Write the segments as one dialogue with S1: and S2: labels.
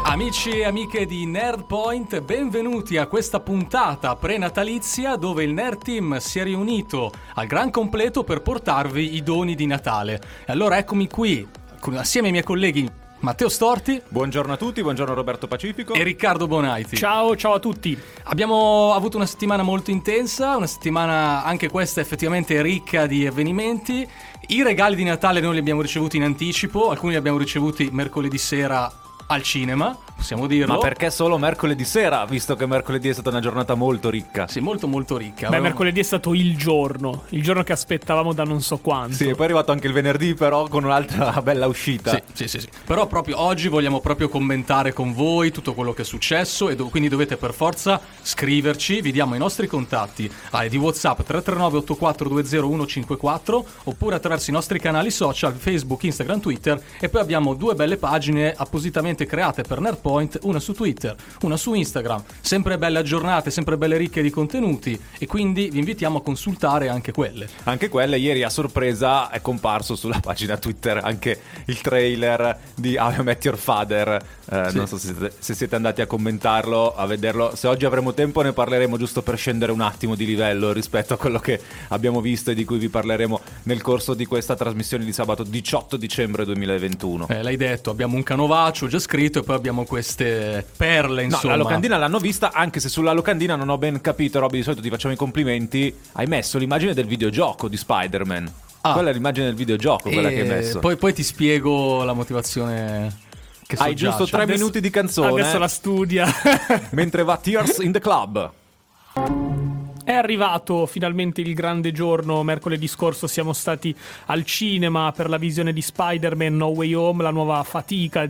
S1: Amici e amiche di Nerdpoint, benvenuti a questa puntata prenatalizia dove il Nerd Team si è riunito al gran completo per portarvi i doni di Natale. E allora eccomi qui, assieme ai miei colleghi Matteo Storti.
S2: Buongiorno a tutti, buongiorno Roberto Pacifico.
S1: E Riccardo Bonaiti.
S3: Ciao a tutti.
S1: Abbiamo avuto una settimana molto intensa, una settimana anche questa effettivamente ricca di avvenimenti. I regali di Natale noi li abbiamo ricevuti in anticipo, alcuni li abbiamo ricevuti mercoledì sera al cinema, possiamo dirlo.
S2: Ma perché solo mercoledì sera, visto che mercoledì è stata una giornata molto ricca?
S1: Sì, molto molto ricca.
S3: Beh, mercoledì è stato il giorno che aspettavamo da non so quanto.
S2: Sì, e poi è arrivato anche il venerdì però con un'altra bella uscita.
S1: Sì. Però proprio oggi vogliamo proprio commentare con voi tutto quello che è successo e quindi dovete per forza scriverci. Vi diamo i nostri contatti di WhatsApp 339 8420 154 oppure attraverso i nostri canali social Facebook, Instagram, Twitter, e poi abbiamo due belle pagine appositamente create per Nerdpoint, una su Twitter, una su Instagram, sempre belle aggiornate, sempre belle ricche di contenuti, e quindi vi invitiamo a consultare anche quelle.
S2: Anche quelle. Ieri a sorpresa è comparso sulla pagina Twitter anche il trailer di How I Met Your Father. Sì. Non so se siete andati a commentarlo, a vederlo. Se oggi avremo tempo ne parleremo, giusto per scendere un attimo di livello rispetto a quello che abbiamo visto e di cui vi parleremo nel corso di questa trasmissione di sabato 18 dicembre 2021.
S1: L'hai detto, abbiamo un canovaccio già scritto e poi abbiamo queste perle, insomma.
S2: No, la locandina l'hanno vista, anche se sulla locandina non ho ben capito. Robby, di solito ti facciamo i complimenti. Hai messo l'immagine del videogioco di Spider-Man. Quella è l'immagine del videogioco, quella che hai messo.
S1: Poi ti spiego la motivazione che
S2: hai giusto 3 minuti di canzone.
S3: Adesso la studia.
S2: Mentre va Tears in the Club.
S3: È arrivato finalmente il grande giorno. Mercoledì scorso siamo stati al cinema per la visione di Spider-Man No Way Home, la nuova fatica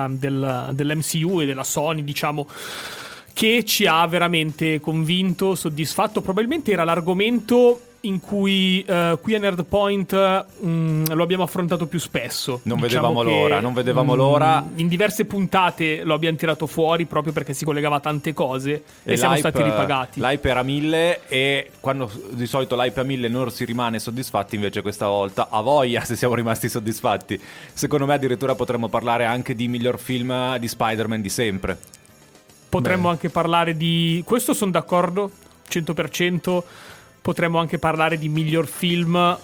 S3: dell'MCU e della Sony, diciamo, che ci ha veramente convinto, soddisfatto. Probabilmente era l'argomento in cui qui a Nerdpoint lo abbiamo affrontato più spesso.
S2: Non vedevamo l'ora.
S3: In diverse puntate lo abbiamo tirato fuori proprio perché si collegava a tante cose e siamo stati ripagati.
S2: L'hype era 1000 e quando di solito l'hype a 1000 non si rimane soddisfatti, invece questa volta a voglia se siamo rimasti soddisfatti. Secondo me addirittura potremmo parlare anche di miglior film di Spider-Man di sempre.
S3: Potremmo anche parlare di... Questo sono d'accordo, 100%. Potremmo anche parlare di miglior film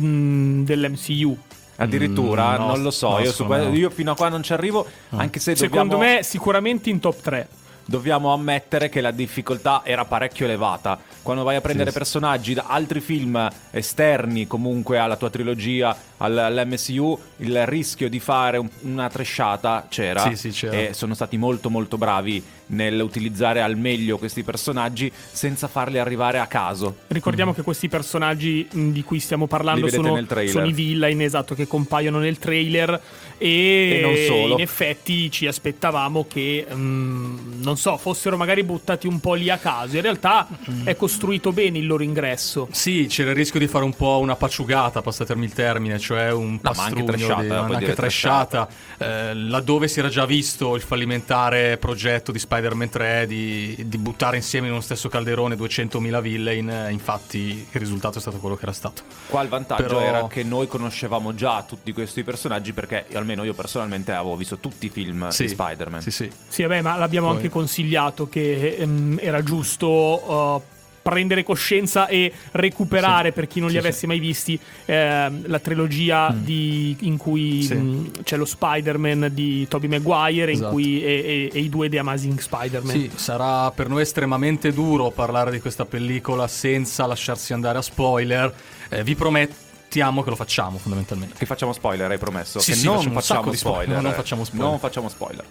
S3: dell'MCU.
S2: Addirittura, non lo so. Io fino a qua non ci arrivo, anche se
S3: secondo me sicuramente in top 3.
S2: Dobbiamo ammettere che la difficoltà era parecchio elevata. Quando vai a prendere personaggi da altri film esterni comunque alla tua trilogia, all'MCU, il rischio di fare una trashata c'era.
S1: Sì, c'era.
S2: E sono stati molto molto bravi nell'utilizzare al meglio questi personaggi senza farli arrivare a caso.
S3: Ricordiamo che questi personaggi di cui stiamo parlando sono i villain, esatto, che compaiono nel trailer e
S2: non solo.
S3: In effetti ci aspettavamo che non so, fossero magari buttati un po' lì a caso. In realtà è costruito bene il loro ingresso.
S1: Sì, c'era il rischio di fare un po' una pacciugata, passatemi il termine, cioè un pastrugno, anche trashata, laddove si era già visto il fallimentare progetto di Spider-Man 3 di buttare insieme in uno stesso calderone 200.000 villain. Infatti il risultato è stato quello che era stato.
S2: Qua il vantaggio era che noi conoscevamo già tutti questi personaggi, perché almeno io personalmente avevo visto tutti i film di Spider-Man.
S3: Sì, vabbè, ma l'abbiamo anche consigliato che era giusto prendere coscienza e recuperare, per chi non li avesse mai visti, la trilogia in cui c'è lo Spider-Man di Tobey Maguire, in cui e i due di Amazing Spider-Man.
S1: Sì, sarà per noi estremamente duro parlare di questa pellicola senza lasciarsi andare a spoiler. Vi promettiamo che lo facciamo, fondamentalmente.
S2: Che facciamo spoiler, hai promesso?
S1: Sì,
S2: non facciamo spoiler.
S1: Non facciamo spoiler.
S2: Non facciamo spoiler.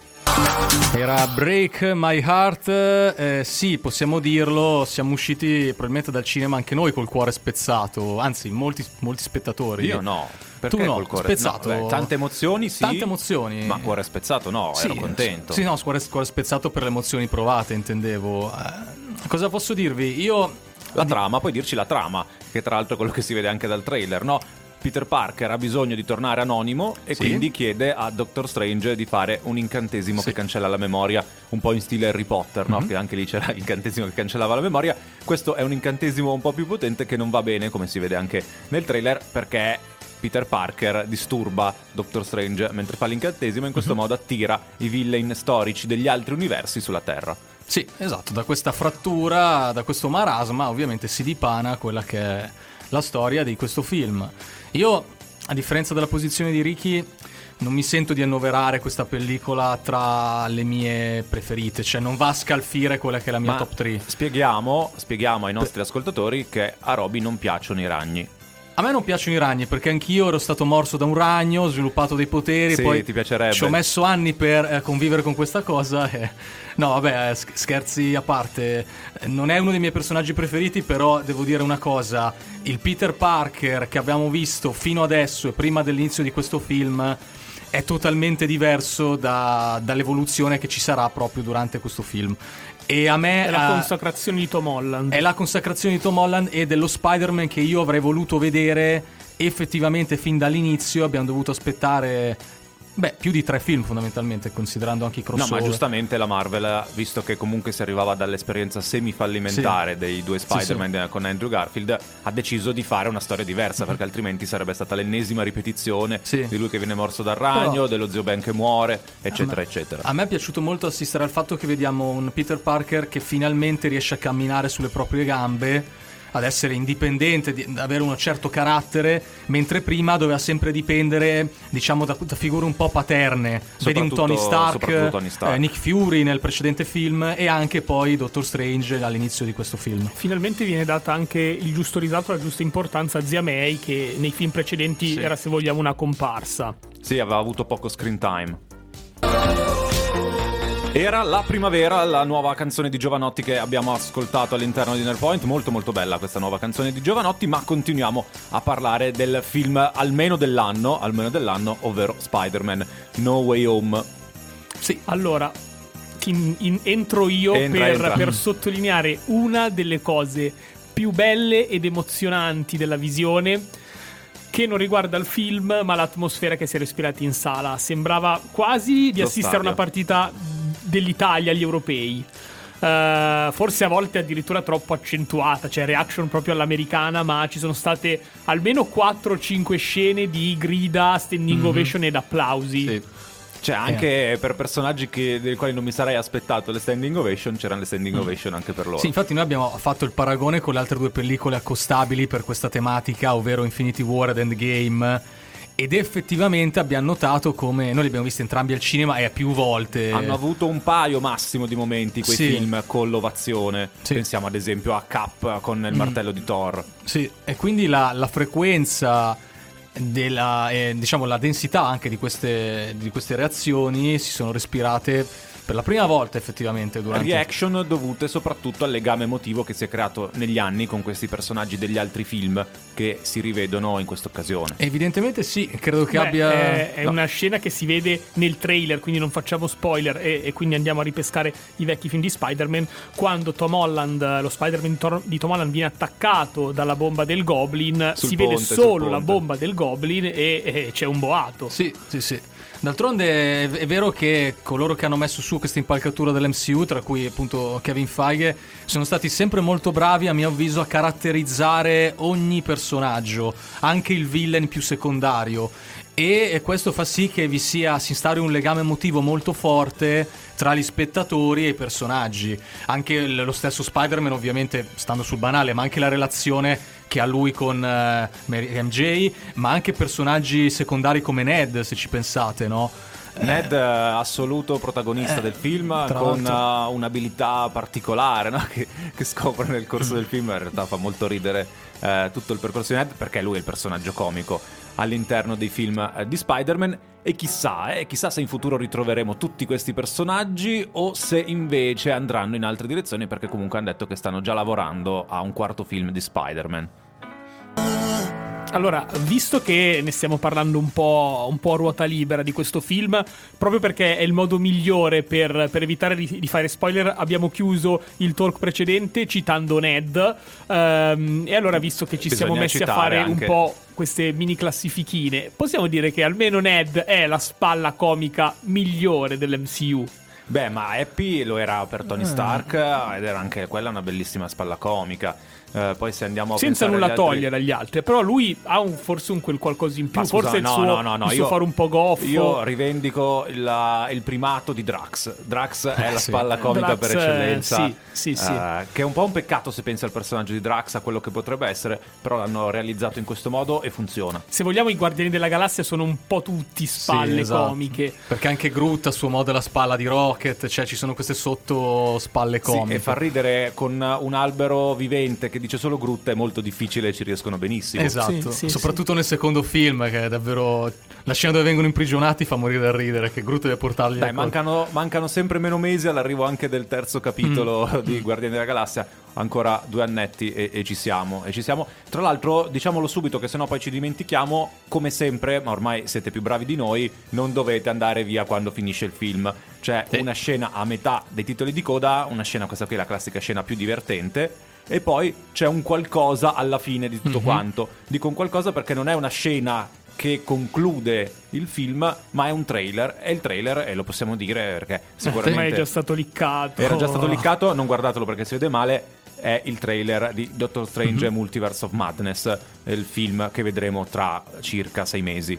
S1: Era Break My Heart. Sì, possiamo dirlo, siamo usciti probabilmente dal cinema anche noi col cuore spezzato, anzi molti spettatori.
S2: Io no. Perché
S1: tu no,
S2: col cuore
S1: spezzato?
S2: No, tante emozioni, sì.
S1: Tante emozioni.
S2: Ma cuore spezzato no, ero contento.
S1: Sì, no, cuore spezzato per le emozioni provate, intendevo. Cosa posso dirvi?
S2: La trama, puoi dirci la trama, che tra l'altro è quello che si vede anche dal trailer, no? Peter Parker ha bisogno di tornare anonimo e quindi chiede a Doctor Strange di fare un incantesimo che cancella la memoria, un po' in stile Harry Potter, no? Che anche lì c'era l'incantesimo che cancellava la memoria. Questo è un incantesimo un po' più potente che non va bene, come si vede anche nel trailer, perché Peter Parker disturba Doctor Strange mentre fa l'incantesimo, e in questo modo attira i villain storici degli altri universi sulla Terra.
S1: Sì, esatto, da questa frattura, da questo marasma ovviamente si dipana quella che è la storia di questo film. Io, a differenza della posizione di Ricky, non mi sento di annoverare questa pellicola tra le mie preferite, cioè non va a scalfire quella che è la mia top 3.
S2: Spieghiamo ai nostri ascoltatori che a Roby non piacciono i ragni.
S1: A me non piacciono i ragni perché anch'io ero stato morso da un ragno, ho sviluppato dei poteri,
S2: sì,
S1: poi
S2: ti piacerebbe.
S1: ci ho messo anni per convivere con questa cosa no, vabbè, scherzi a parte, non è uno dei miei personaggi preferiti, però devo dire una cosa, il Peter Parker che abbiamo visto fino adesso e prima dell'inizio di questo film è totalmente diverso dall'evoluzione che ci sarà proprio durante questo film. E a me
S3: è la consacrazione di Tom Holland.
S1: È la consacrazione di Tom Holland e dello Spider-Man che io avrei voluto vedere effettivamente fin dall'inizio. Abbiamo dovuto aspettare più di 3 film fondamentalmente, considerando anche i crossover.
S2: No, ma giustamente la Marvel, visto che comunque si arrivava dall'esperienza semifallimentare dei due Spider-Man con Andrew Garfield, ha deciso di fare una storia diversa, perché altrimenti sarebbe stata l'ennesima ripetizione di lui che viene morso dal ragno, dello zio Ben che muore, eccetera, eccetera.
S1: A me è piaciuto molto assistere al fatto che vediamo un Peter Parker che finalmente riesce a camminare sulle proprie gambe, ad essere indipendente, ad avere un certo carattere, mentre prima doveva sempre dipendere, diciamo, da figure un po' paterne. Vedi un Tony Stark, Nick Fury nel precedente film e anche poi Doctor Strange all'inizio di questo film.
S3: Finalmente viene data anche il giusto risalto, la giusta importanza a Zia May, che nei film precedenti era, se vogliamo, una comparsa.
S2: Sì, aveva avuto poco screen time. Era La primavera, la nuova canzone di Jovanotti che abbiamo ascoltato all'interno di Nerdpoint. Molto molto bella questa nuova canzone di Jovanotti, ma continuiamo a parlare del film almeno dell'anno, ovvero Spider-Man No Way Home.
S3: Sì, allora entro io per sottolineare una delle cose più belle ed emozionanti della visione, che non riguarda il film ma l'atmosfera che si è respirata in sala. Sembrava quasi di assistere a una partita dell'Italia agli europei, forse a volte addirittura troppo accentuata, cioè reaction proprio all'americana, ma ci sono state almeno 4-5 scene di grida, standing ovation ed applausi.
S2: Sì. Cioè anche per personaggi dei quali non mi sarei aspettato le standing ovation, c'erano le standing ovation anche per loro.
S1: Sì, infatti noi abbiamo fatto il paragone con le altre 2 pellicole accostabili per questa tematica, ovvero Infinity War ed Endgame, ed effettivamente abbiamo notato come noi li abbiamo visti entrambi al cinema e a più volte.
S2: Hanno avuto un paio massimo di momenti quei film con l'ovazione. Pensiamo ad esempio a Cap con il martello di Thor.
S1: Sì, e quindi la frequenza diciamo la densità anche di queste reazioni si sono respirate per la prima volta effettivamente durante
S2: reaction dovute soprattutto al legame emotivo che si è creato negli anni con questi personaggi degli altri film che si rivedono in questa occasione.
S1: Evidentemente sì, credo che abbia
S3: è una scena che si vede nel trailer, quindi non facciamo spoiler e quindi andiamo a ripescare i vecchi film di Spider-Man, quando Tom Holland, lo Spider-Man di Tom Holland, viene attaccato dalla bomba del Goblin, si vede solo la bomba del Goblin e c'è un boato.
S1: Sì. D'altronde è vero che coloro che hanno messo su questa impalcatura dell'MCU, tra cui appunto Kevin Feige, sono stati sempre molto bravi a mio avviso a caratterizzare ogni personaggio, anche il villain più secondario, e questo fa sì che si instauri un legame emotivo molto forte tra gli spettatori e i personaggi. Anche lo stesso Spider-Man, ovviamente stando sul banale, ma anche la relazione che ha lui con MJ, ma anche personaggi secondari come Ned, se ci pensate, no?
S2: Ned assoluto protagonista del film, con un'abilità particolare, no? che scopre nel corso del film. In realtà fa molto ridere tutto il percorso di Ned, perché lui è il personaggio comico all'interno dei film di Spider-Man. E chissà se in futuro ritroveremo tutti questi personaggi o se invece andranno in altre direzioni, perché comunque hanno detto che stanno già lavorando a un 4º film di Spider-Man.
S3: Allora, visto che ne stiamo parlando un po' a ruota libera di questo film, proprio perché è il modo migliore per evitare di fare spoiler, abbiamo chiuso il talk precedente citando Ned, e allora, visto che ci siamo messi a fare anche un po' queste mini classifichine, possiamo dire che almeno Ned è la spalla comica migliore dell'MCU.
S2: Beh, ma Happy lo era per Tony Stark ed era anche quella una bellissima spalla comica. Poi se andiamo a
S3: senza
S2: pensare
S3: nulla
S2: agli altri...
S3: togliere agli altri, però lui ha forse un quel qualcosa in più,
S2: Ma scusa,
S3: forse il suo fare un po' goffo.
S2: Io rivendico il primato di Drax. Drax è la spalla comica
S3: Drax,
S2: per eccellenza.
S3: sì.
S2: Che è un po' un peccato se pensi al personaggio di Drax, a quello che potrebbe essere, però l'hanno realizzato in questo modo e funziona.
S3: Se vogliamo, i Guardiani della Galassia sono un po' tutti spalle comiche.
S1: Perché anche Groot a suo modo è la spalla di Rocket, cioè ci sono queste sotto spalle comiche.
S2: Sì, e far ridere con un albero vivente che dice solo Groot è molto difficile, ci riescono benissimo.
S1: Esatto,
S3: Sì,
S1: soprattutto nel secondo film, che è davvero la scena dove vengono imprigionati fa morire da ridere, che Groot deve portarli.
S2: Dai, mancano sempre meno mesi all'arrivo anche del terzo capitolo di Guardiani della Galassia. Ancora 2 annetti e ci siamo. Tra l'altro, diciamolo subito che sennò poi ci dimentichiamo, come sempre, ma ormai siete più bravi di noi, non dovete andare via quando finisce il film. C'è una scena a metà dei titoli di coda, una scena, questa qui è la classica scena più divertente, e poi c'è un qualcosa alla fine di tutto quanto. Dico un qualcosa perché non è una scena che conclude il film, ma è un trailer, e il trailer, e lo possiamo dire perché sicuramente
S3: ma è già stato liccato.
S2: Era già stato liccato, non guardatelo perché si vede male. È il trailer di Doctor Strange Multiverse of Madness, il film che vedremo tra circa 6 mesi,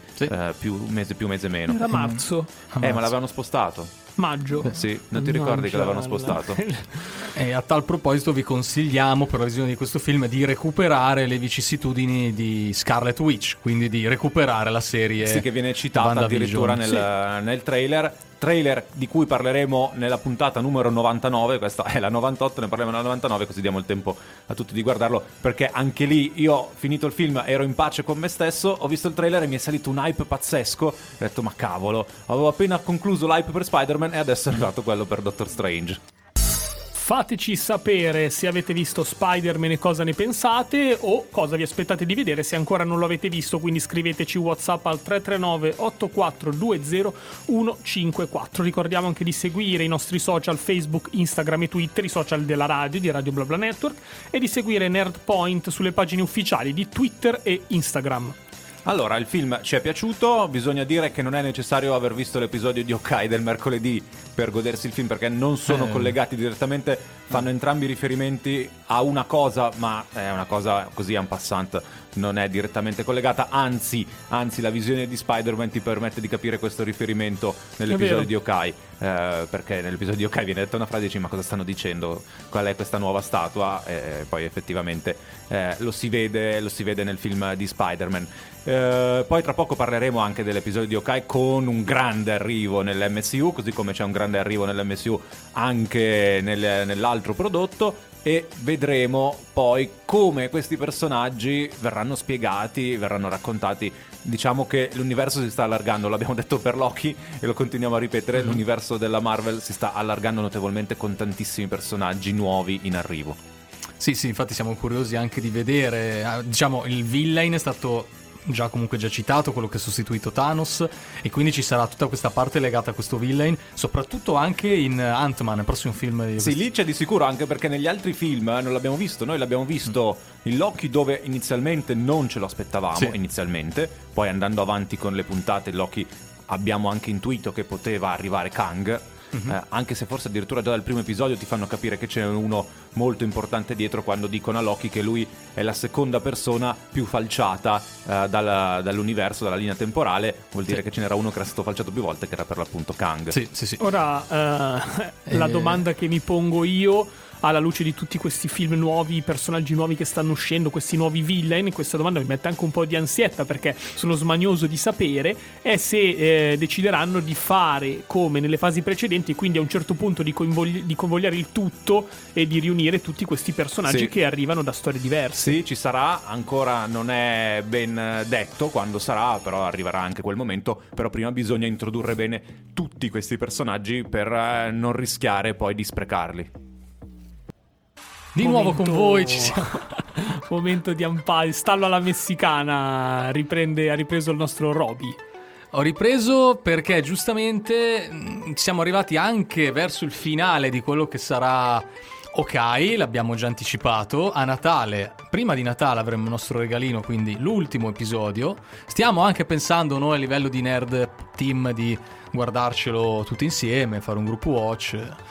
S2: mese meno.
S3: Era marzo.
S2: Ma l'avevano spostato.
S3: Maggio.
S2: Sì, non ti ricordi che l'avevano spostato?
S1: E a tal proposito vi consigliamo, per la visione di questo film, di recuperare le vicissitudini di Scarlet Witch, quindi di recuperare la serie.
S2: Sì, che viene citata addirittura nel trailer di cui parleremo nella puntata numero 99. Questa è la 98, ne parliamo nella 99, così diamo il tempo a tutti di guardarlo, perché anche lì io, finito il film, ero in pace con me stesso, ho visto il trailer e mi è salito un hype pazzesco, ho detto ma cavolo, avevo appena concluso l'hype per Spider-Man e adesso è arrivato quello per Doctor Strange.
S3: Fateci sapere se avete visto Spider-Man e cosa ne pensate, o cosa vi aspettate di vedere se ancora non lo avete visto, quindi scriveteci WhatsApp al 339 8420 154. Ricordiamo anche di seguire i nostri social Facebook, Instagram e Twitter, i social della radio, di Radio BlaBla Network, e di seguire Nerdpoint sulle pagine ufficiali di Twitter e Instagram.
S2: Allora, il film ci è piaciuto, bisogna dire che non è necessario aver visto l'episodio di Hawkeye del mercoledì per godersi il film, perché non sono collegati direttamente, fanno entrambi riferimenti a una cosa, ma è una cosa così en passant, non è direttamente collegata, anzi la visione di Spider-Man ti permette di capire questo riferimento nell'episodio di Hawkeye, perché nell'episodio di Hawkeye viene detta una frase e dici ma cosa stanno dicendo, qual è questa nuova statua, e poi effettivamente lo si vede nel film di Spider-Man. Poi tra poco parleremo anche dell'episodio di Hawkeye con un grande arrivo nell'MCU, così come c'è un grande arrivo nell'MCU anche nell'altro prodotto, e vedremo poi come questi personaggi verranno spiegati, verranno raccontati. Diciamo che l'universo si sta allargando, l'abbiamo detto per Loki e lo continuiamo a ripetere, l'universo della Marvel si sta allargando notevolmente con tantissimi personaggi nuovi in arrivo.
S1: Sì, infatti siamo curiosi anche di vedere, diciamo, il villain è stato già citato, quello che ha sostituito Thanos, e quindi ci sarà tutta questa parte legata a questo villain, soprattutto anche in Ant-Man, il prossimo film di
S2: Sì, lì c'è di sicuro, anche perché negli altri film non l'abbiamo visto, noi l'abbiamo visto in Loki, dove inizialmente non ce lo aspettavamo, inizialmente, poi andando avanti con le puntate Loki abbiamo anche intuito che poteva arrivare Kang. Anche se forse addirittura già dal primo episodio ti fanno capire che c'è uno molto importante dietro, quando dicono a Loki che lui è la seconda persona più falciata dall'universo, dalla linea temporale, vuol dire che ce n'era uno che era stato falciato più volte, che era per l'appunto Kang.
S1: Sì.
S3: Ora la domanda che mi pongo io, alla luce di tutti questi film nuovi, personaggi nuovi che stanno uscendo, questi nuovi villain, questa domanda mi mette anche un po' di ansietta, perché sono smanioso di sapere, è se decideranno di fare come nelle fasi precedenti, quindi a un certo punto di convogliare il tutto e di riunire tutti questi personaggi che arrivano da storie diverse.
S2: Sì, ci sarà, ancora non è ben detto quando sarà, però arriverà anche quel momento, però prima bisogna introdurre bene tutti questi personaggi per non rischiare poi di sprecarli.
S1: Nuovo con voi ci siamo.
S3: Momento di ampaglia, stallo alla messicana, ha ripreso il nostro Roby.
S1: Ho ripreso perché giustamente siamo arrivati anche verso il finale di quello che sarà Hawkeye, l'abbiamo già anticipato. A Natale, prima di Natale, avremo il nostro regalino, quindi l'ultimo episodio. Stiamo anche pensando noi a livello di Nerd Team di guardarcelo tutti insieme, fare un gruppo watch,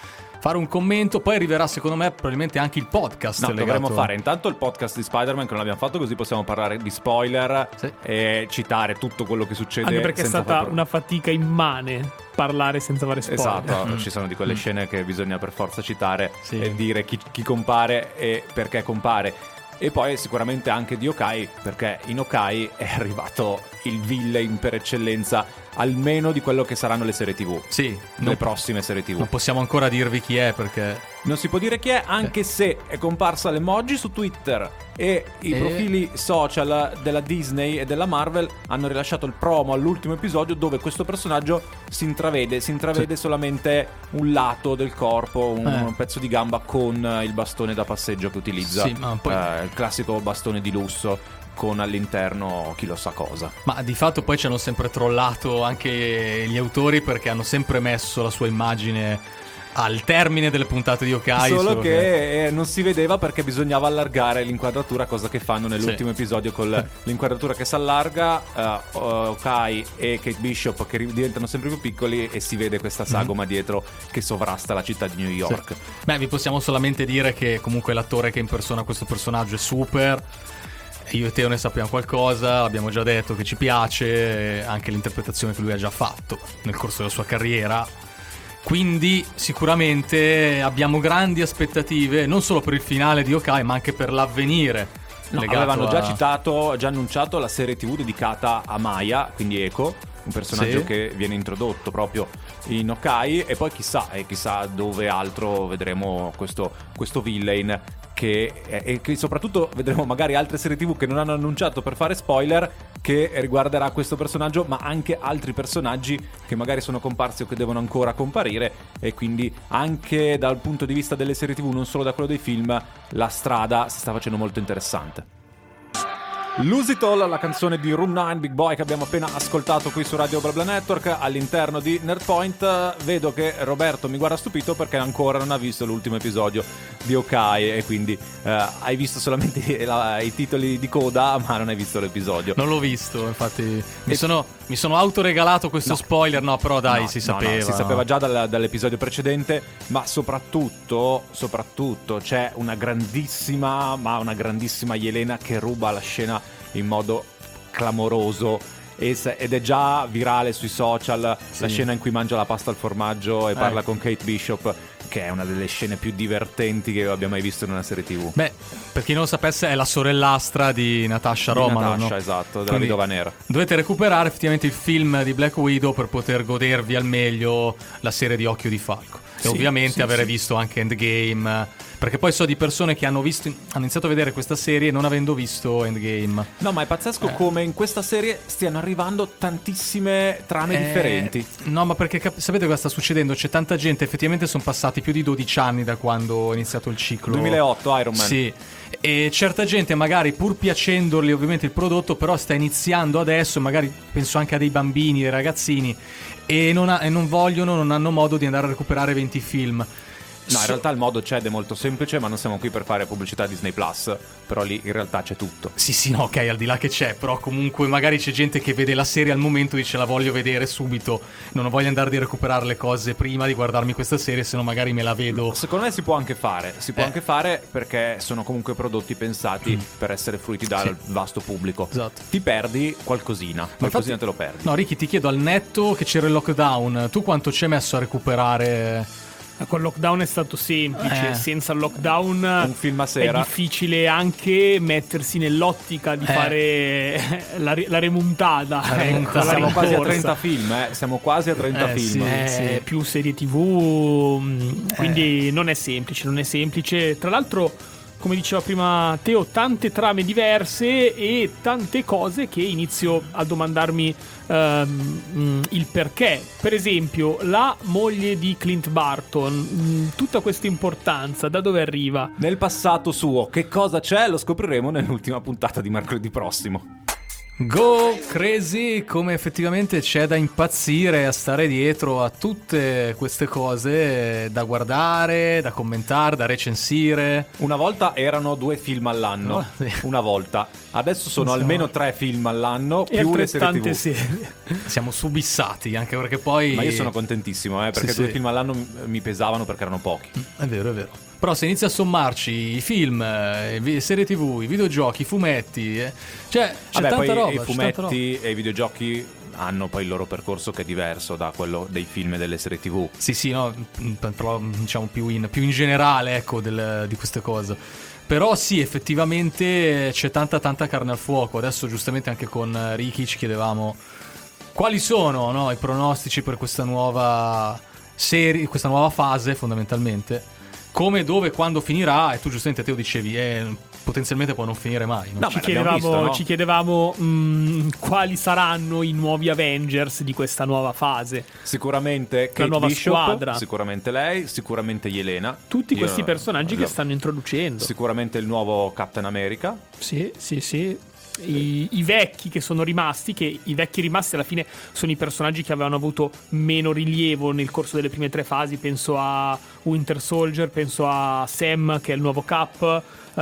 S1: fare un commento. Poi arriverà secondo me probabilmente anche il podcast.
S2: No, dovremmo fare intanto il podcast di Spider-Man, che non l'abbiamo fatto, così possiamo parlare di spoiler e citare tutto quello che succede.
S3: Anche perché è stata una fatica immane parlare senza fare spoiler.
S2: Esatto, ci sono di quelle scene che bisogna per forza citare e dire chi compare e perché compare. E poi sicuramente anche di Hawkeye, perché in Hawkeye è arrivato il villain per eccellenza, almeno di quello che saranno le serie TV.
S1: Sì,
S2: le prossime serie TV.
S1: Non possiamo ancora dirvi chi è, perché
S2: non si può dire chi è, anche se è comparsa l'emoji su Twitter e i profili social della Disney e della Marvel hanno rilasciato il promo all'ultimo episodio, dove questo personaggio si intravede solamente un lato del corpo, un pezzo di gamba con il bastone da passeggio che utilizza, il classico bastone di lusso con all'interno chi lo sa cosa.
S1: Ma di fatto poi ci hanno sempre trollato anche gli autori, perché hanno sempre messo la sua immagine al termine delle puntate di Hawkeye,
S2: solo che non si vedeva perché bisognava allargare l'inquadratura, cosa che fanno nell'ultimo episodio con l'inquadratura che si allarga, Hawkeye e Kate Bishop che diventano sempre più piccoli e si vede questa sagoma dietro che sovrasta la città di New York.
S1: Beh, vi possiamo solamente dire che comunque l'attore che impersona questo personaggio è super. Io e Teo ne sappiamo qualcosa, abbiamo già detto che ci piace, anche l'interpretazione che lui ha già fatto nel corso della sua carriera. Quindi sicuramente abbiamo grandi aspettative, non solo per il finale di Hawkeye, ma anche per l'avvenire.
S2: Avevano già annunciato la serie TV dedicata a Maya, quindi Echo, un personaggio che viene introdotto proprio in Hawkeye, e poi chissà dove altro vedremo questo villain e che soprattutto vedremo magari altre serie TV che non hanno annunciato per fare spoiler, che riguarderà questo personaggio, ma anche altri personaggi che magari sono comparsi o che devono ancora comparire, e quindi anche dal punto di vista delle serie TV, non solo da quello dei film, la strada si sta facendo molto interessante. Lose It All, la canzone di Room 9 Big Boy che abbiamo appena ascoltato qui su Radio BlaBla Network all'interno di Nerdpoint. Vedo che Roberto mi guarda stupito perché ancora non ha visto l'ultimo episodio di Hawkeye, e quindi hai visto solamente i titoli di coda, ma non hai visto l'episodio.
S1: Non l'ho visto, infatti mi sono autoregalato questo spoiler. No, però dai, si sapeva.
S2: Si sapeva già dall'episodio precedente, ma soprattutto c'è una grandissima Yelena che ruba la scena in modo clamoroso, ed è già virale sui social la scena in cui mangia la pasta al formaggio e parla con Kate Bishop, che è una delle scene più divertenti che abbia mai visto in una serie TV.
S1: Beh, per chi non lo sapesse, è la sorellastra di Natasha Romanoff,
S2: Natasha, esatto, della Vedova Nera.
S1: Dovete recuperare effettivamente il film di Black Widow per poter godervi al meglio la serie di Occhio di Falco. E ovviamente avere visto anche Endgame, perché poi so di persone che hanno iniziato a vedere questa serie non avendo visto Endgame.
S2: No, ma è pazzesco come in questa serie stiano arrivando tantissime trame differenti.
S1: No, ma perché sapete cosa sta succedendo? C'è tanta gente, effettivamente sono passati più di 12 anni da quando è iniziato il ciclo
S2: 2008 Iron Man.
S1: Sì. E certa gente, magari pur piacendoli ovviamente il prodotto, però sta iniziando adesso, magari penso anche a dei bambini, dei ragazzini, e non hanno modo di andare a recuperare 20 film.
S2: No, in realtà il modo c'è ed è molto semplice, ma non siamo qui per fare pubblicità Disney Plus, però lì in realtà c'è tutto.
S1: Sì, no, ok, al di là che c'è, però comunque magari c'è gente che vede la serie al momento e dice la voglio vedere subito, non voglio andare a recuperare le cose prima di guardarmi questa serie, se no magari me la vedo.
S2: Secondo me si può anche fare perché sono comunque prodotti pensati per essere fruiti dal vasto pubblico.
S1: Esatto.
S2: Ti perdi qualcosina te lo perdi.
S1: No, Ricky, ti chiedo, al netto che c'era il lockdown, tu quanto ci hai messo a recuperare?
S3: Col lockdown è stato semplice, senza il lockdown
S2: un film a sera
S3: è difficile anche mettersi nell'ottica di fare la remontata.
S2: Siamo quasi a 30 film, siamo quasi a 30 film.
S3: Sì. Più serie TV, quindi non è semplice. Tra l'altro, come diceva prima Teo, tante trame diverse e tante cose che inizio a domandarmi il perché. Per esempio, la moglie di Clint Barton, tutta questa importanza, da dove arriva?
S2: Nel passato suo, che cosa c'è? Lo scopriremo nell'ultima puntata di mercoledì prossimo.
S1: Go crazy, come effettivamente c'è da impazzire a stare dietro a tutte queste cose da guardare, da commentare, da recensire.
S2: Una volta erano 2 film all'anno,
S1: Sì.
S2: una volta. Adesso sono
S3: Insomma.
S2: almeno 3 film all'anno,
S3: E
S2: più le serie
S3: altrettante
S2: TV.
S3: serie.
S1: Siamo subissati, anche perché poi...
S2: Ma io sono contentissimo, perché
S1: Sì,
S2: 2
S1: sì.
S2: film all'anno mi pesavano perché erano pochi.
S1: È vero, è vero. Però se inizi a sommarci i film, serie TV, i videogiochi, i fumetti, cioè c'è
S2: Vabbè,
S1: tanta
S2: poi
S1: roba.
S2: i
S1: c'è tanta roba.
S2: fumetti e i videogiochi hanno poi il loro percorso che è diverso da quello dei film e delle serie TV.
S1: Sì, no, però diciamo più in generale, ecco, di queste cose. Però sì, effettivamente c'è tanta carne al fuoco. Adesso giustamente anche con Ricky ci chiedevamo quali sono, no, i pronostici per questa nuova serie, questa nuova fase fondamentalmente. Come, dove, quando finirà, e tu giustamente Teo dicevi, potenzialmente può non finire mai. No?
S2: No,
S3: Ci
S2: ma l'abbiamo visto, no?
S3: chiedevamo quali saranno i nuovi Avengers di questa nuova fase.
S2: Sicuramente Kate
S3: nuova
S2: Bishop,
S3: squadra.
S2: sicuramente lei, sicuramente Yelena.
S3: Tutti
S2: Io-
S3: questi personaggi che stanno introducendo.
S2: Sicuramente il nuovo Captain America.
S3: Sì. I vecchi che sono rimasti, che i vecchi rimasti alla fine sono i personaggi che avevano avuto meno rilievo nel corso delle prime 3 fasi. Penso a Winter Soldier, penso a Sam che è il nuovo Cap,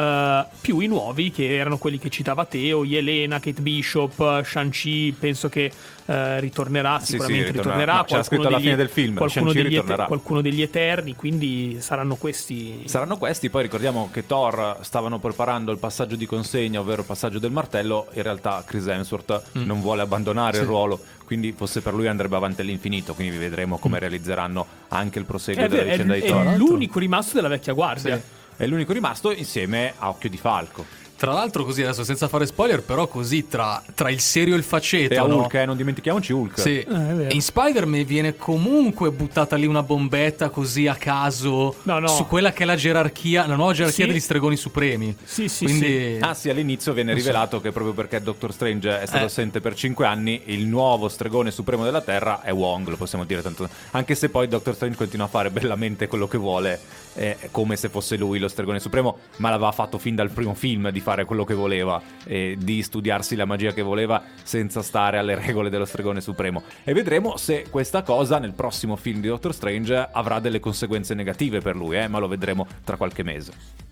S3: più i nuovi che erano quelli che citava Teo, Yelena, Kate Bishop, Shang-Chi, penso che ritornerà,
S2: Sì,
S3: sicuramente
S2: ritornerà.
S3: ritornerà.
S2: Ma c'era scritto alla fine del film,
S3: qualcuno
S2: Shang-Chi
S3: degli,
S2: ritornerà.
S3: qualcuno degli Eterni, quindi saranno questi.
S2: Saranno questi, poi ricordiamo che Thor stavano preparando il passaggio di consegna, ovvero il passaggio del martello. In realtà Chris Hemsworth non vuole abbandonare il ruolo, quindi forse per lui andrebbe avanti all'infinito, quindi vedremo come realizzeranno anche il proseguo della vicenda di Thor.
S3: È l'unico rimasto della vecchia guardia.
S2: È l'unico rimasto insieme a Occhio di Falco.
S1: Tra l'altro così, adesso senza fare spoiler, però così tra il serio e il faceto,
S2: E a
S1: no?
S2: Hulk, non dimentichiamoci Hulk.
S1: Sì.
S3: è vero.
S1: E in Spider-Man viene comunque buttata lì una bombetta così a caso
S3: No.
S1: su quella che è la gerarchia, la nuova gerarchia
S3: Sì.
S1: degli stregoni supremi.
S3: Sì,
S1: Quindi
S2: Ah sì, all'inizio viene rivelato che proprio perché Doctor Strange è stato assente per 5 anni, il nuovo stregone supremo della Terra è Wong, lo possiamo dire tanto. Anche se poi Doctor Strange continua a fare bellamente quello che vuole, come se fosse lui lo stregone supremo, ma l'aveva fatto fin dal primo film di fare quello che voleva, di studiarsi la magia che voleva senza stare alle regole dello stregone supremo. E vedremo se questa cosa nel prossimo film di Doctor Strange avrà delle conseguenze negative per lui, ma lo vedremo tra qualche mese.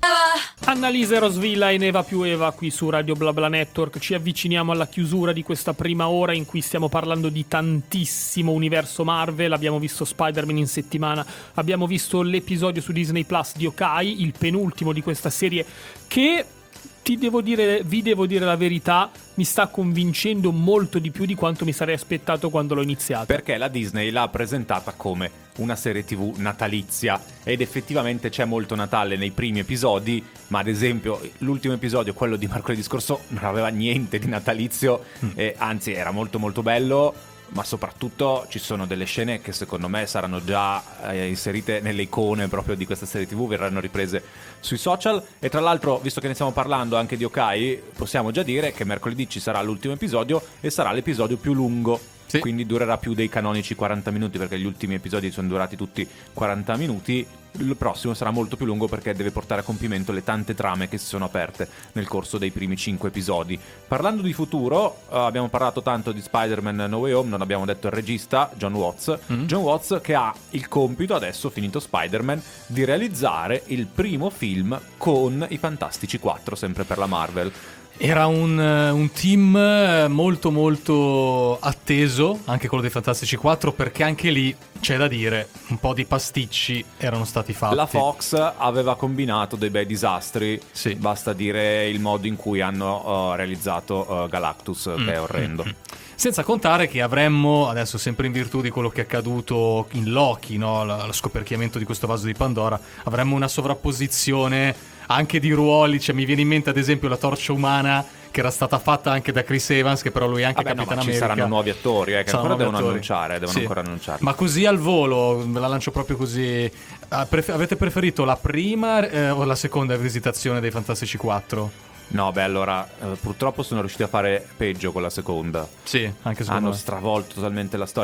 S3: Annalisa Rosvilla e Eva più Eva qui su Radio BlaBla Network. Ci avviciniamo alla chiusura di questa prima ora in cui stiamo parlando di tantissimo universo Marvel. Abbiamo visto Spider-Man in settimana, abbiamo visto l'episodio su Disney Plus di Hawkeye, il penultimo di questa serie che vi devo dire la verità, mi sta convincendo molto di più di quanto mi sarei aspettato quando l'ho iniziato.
S2: Perché la Disney l'ha presentata come una serie TV natalizia ed effettivamente c'è molto Natale nei primi episodi, ma ad esempio l'ultimo episodio, quello di mercoledì scorso, non aveva niente di natalizio, anzi era molto molto bello, ma soprattutto ci sono delle scene che secondo me saranno già inserite nelle icone proprio di questa serie TV, verranno riprese sui social. E tra l'altro, visto che ne stiamo parlando anche di Hawkeye, possiamo già dire che mercoledì ci sarà l'ultimo episodio e sarà l'episodio più lungo.
S1: Sì.
S2: Quindi durerà più dei canonici 40 minuti, perché gli ultimi episodi sono durati tutti 40 minuti. Il prossimo sarà molto più lungo perché deve portare a compimento le tante trame che si sono aperte nel corso dei primi 5 episodi. Parlando di futuro, abbiamo parlato tanto di Spider-Man No Way Home, non abbiamo detto il regista, John Watts. John Watts che ha il compito, adesso finito Spider-Man, di realizzare il primo film con i Fantastici 4, sempre per la Marvel.
S1: era un team molto molto atteso, anche quello dei Fantastici 4, perché anche lì c'è da dire un po' di pasticci erano stati fatti.
S2: La Fox aveva combinato dei bei disastri,
S1: Sì.
S2: basta dire il modo in cui hanno realizzato Galactus, che è orrendo.
S1: Senza contare che avremmo, adesso sempre in virtù di quello che è accaduto in Loki, no? Lo scoperchiamento di questo vaso di Pandora, avremmo una sovrapposizione anche di ruoli. Cioè, mi viene in mente ad esempio la torcia umana, che era stata fatta anche da Chris Evans, che però lui è anche
S2: Vabbè, no,
S1: Capitan
S2: ma ci
S1: America.
S2: saranno nuovi attori, che
S1: Saranno
S2: ancora
S1: nuovi
S2: devono
S1: attori.
S2: annunciare,
S1: Sì.
S2: ancora annunciarli.
S1: Ma così al volo, ve la lancio proprio così. Avete preferito la prima o la seconda rivisitazione dei Fantastici 4?
S2: No, beh, allora, purtroppo sono riusciti a fare peggio con la seconda.
S1: Sì, anche secondo
S2: Hanno
S1: me.
S2: stravolto totalmente la storia.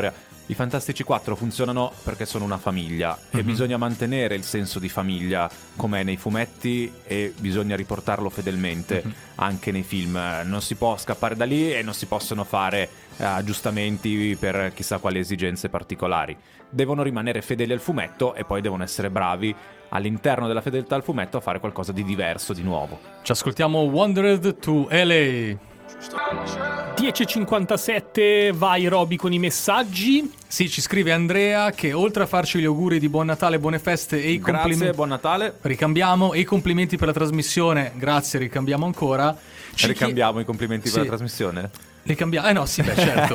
S2: I Fantastici 4 funzionano perché sono una famiglia e bisogna mantenere il senso di famiglia com'è nei fumetti e bisogna riportarlo fedelmente anche nei film. Non si può scappare da lì e non si possono fare aggiustamenti per chissà quali esigenze particolari. Devono rimanere fedeli al fumetto e poi devono essere bravi all'interno della fedeltà al fumetto a fare qualcosa di diverso, di nuovo.
S1: Ci ascoltiamo Wandered to LA.
S3: 10:57, vai Roby con i messaggi.
S1: Sì, ci scrive Andrea che oltre a farci gli auguri di buon Natale, buone feste e i complimenti...
S2: Grazie, buon Natale.
S1: Ricambiamo e i complimenti per la trasmissione. Grazie, ricambiamo ancora.
S2: Ricambiamo i complimenti per la trasmissione?
S1: Ricambiamo? No, sì, beh, certo.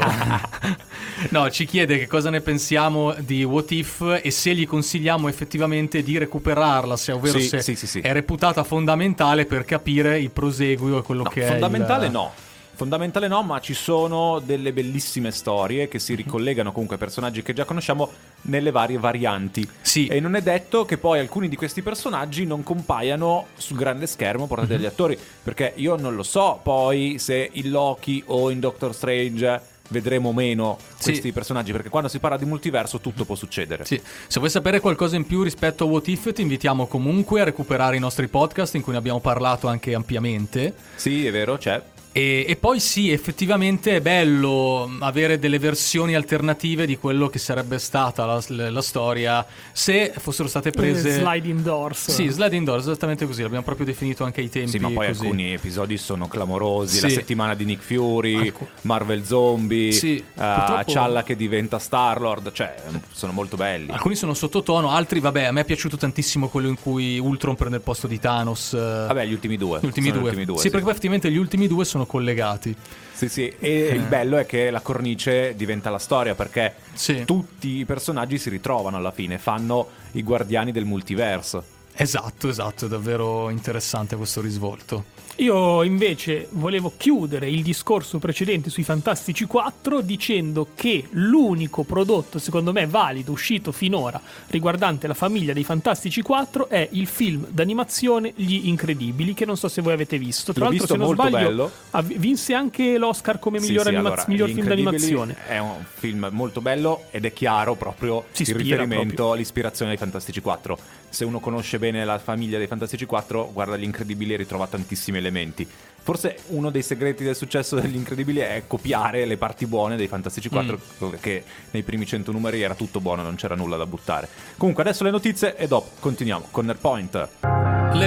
S1: No, ci chiede che cosa ne pensiamo di What If e se gli consigliamo effettivamente di recuperarla, ovvero se è reputata fondamentale per capire il proseguio e quello che è
S2: fondamentale Fondamentale no, ma ci sono delle bellissime storie che si ricollegano comunque a personaggi che già conosciamo nelle varie varianti.
S1: Sì.
S2: E non è detto che poi alcuni di questi personaggi non compaiano sul grande schermo portati dagli attori, perché io non lo so poi se in Loki o in Doctor Strange vedremo meno questi personaggi, perché quando si parla di multiverso tutto può succedere.
S1: Sì. Se vuoi sapere qualcosa in più rispetto a What If, ti invitiamo comunque a recuperare i nostri podcast in cui ne abbiamo parlato anche ampiamente.
S2: Sì, è vero, c'è.
S1: E poi sì, effettivamente è bello avere delle versioni alternative di quello che sarebbe stata la storia se fossero state prese...
S3: Sliding doors.
S1: Sì, sliding doors, esattamente così, l'abbiamo proprio definito anche ai tempi.
S2: Sì, ma poi
S1: così.
S2: Alcuni episodi sono clamorosi, la settimana di Nick Fury, Marvel Zombie, Cialla che diventa Star-Lord, cioè sono molto belli.
S1: Alcuni sono sottotono, altri vabbè, a me è piaciuto tantissimo quello in cui Ultron prende il posto di Thanos.
S2: Vabbè, gli ultimi due.
S1: Gli ultimi due, sì, perché effettivamente gli ultimi due sono collegati.
S2: Sì, e il bello è che la cornice diventa la storia, perché tutti i personaggi si ritrovano alla fine, fanno i guardiani del multiverso.
S1: Esatto, è davvero interessante questo risvolto.
S3: Io invece volevo chiudere il discorso precedente sui Fantastici 4 dicendo che l'unico prodotto secondo me valido uscito finora riguardante la famiglia dei Fantastici 4 è il film d'animazione Gli Incredibili, che non so se voi avete visto. Tra l'altro, se non sbaglio, vinse anche l'Oscar come miglior film d'animazione.
S2: È un film molto bello ed è chiaro proprio il riferimento all'ispirazione dei Fantastici 4. Se uno conosce bene la famiglia dei Fantastici 4, guarda Gli Incredibili e ritrova tantissimi elementi. Forse uno dei segreti del successo degli Incredibili è copiare le parti buone dei Fantastici 4, che nei primi 100 numeri era tutto buono, non c'era nulla da buttare. Comunque adesso le notizie e dopo continuiamo con Nerdpoint.
S1: Le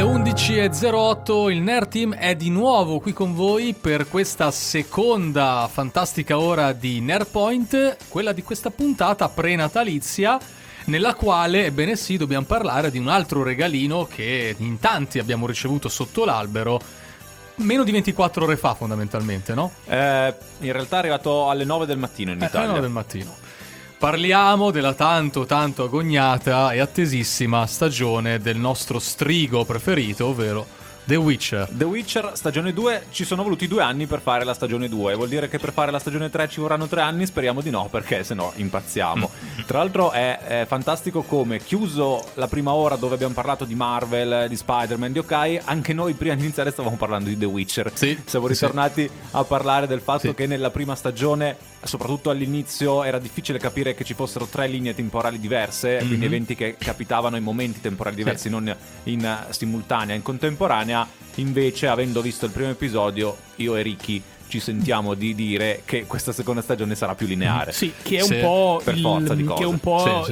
S1: 11:08, il Nerd Team è di nuovo qui con voi per questa seconda fantastica ora di Nerdpoint, quella di questa puntata prenatalizia, nella quale, ebbene sì, dobbiamo parlare di un altro regalino che in tanti abbiamo ricevuto sotto l'albero meno di 24 ore fa, fondamentalmente, no?
S2: In realtà è arrivato alle 9 del mattino in Italia.
S1: Alle 9 del mattino. Parliamo della tanto agognata e attesissima stagione del nostro strigo preferito, ovvero The Witcher.
S2: The Witcher stagione 2, ci sono voluti 2 anni per fare la stagione 2. Vuol dire che per fare la stagione 3 ci vorranno 3 anni? Speriamo di no, perché sennò impazziamo. Tra l'altro è fantastico come, chiuso la prima ora dove abbiamo parlato di Marvel, di Spider-Man, di Hawkeye, anche noi prima di iniziare stavamo parlando di The Witcher. Siamo ritornati a parlare del fatto che nella prima stagione, soprattutto all'inizio, era difficile capire che ci fossero 3 linee temporali diverse, quindi eventi che capitavano in momenti temporali diversi, non in simultanea, in contemporanea. Invece, avendo visto il primo episodio, io e Ricky ci sentiamo di dire che questa seconda stagione sarà più lineare.
S3: Sì, che è un po'
S2: per forza di cose.
S3: Che è un po'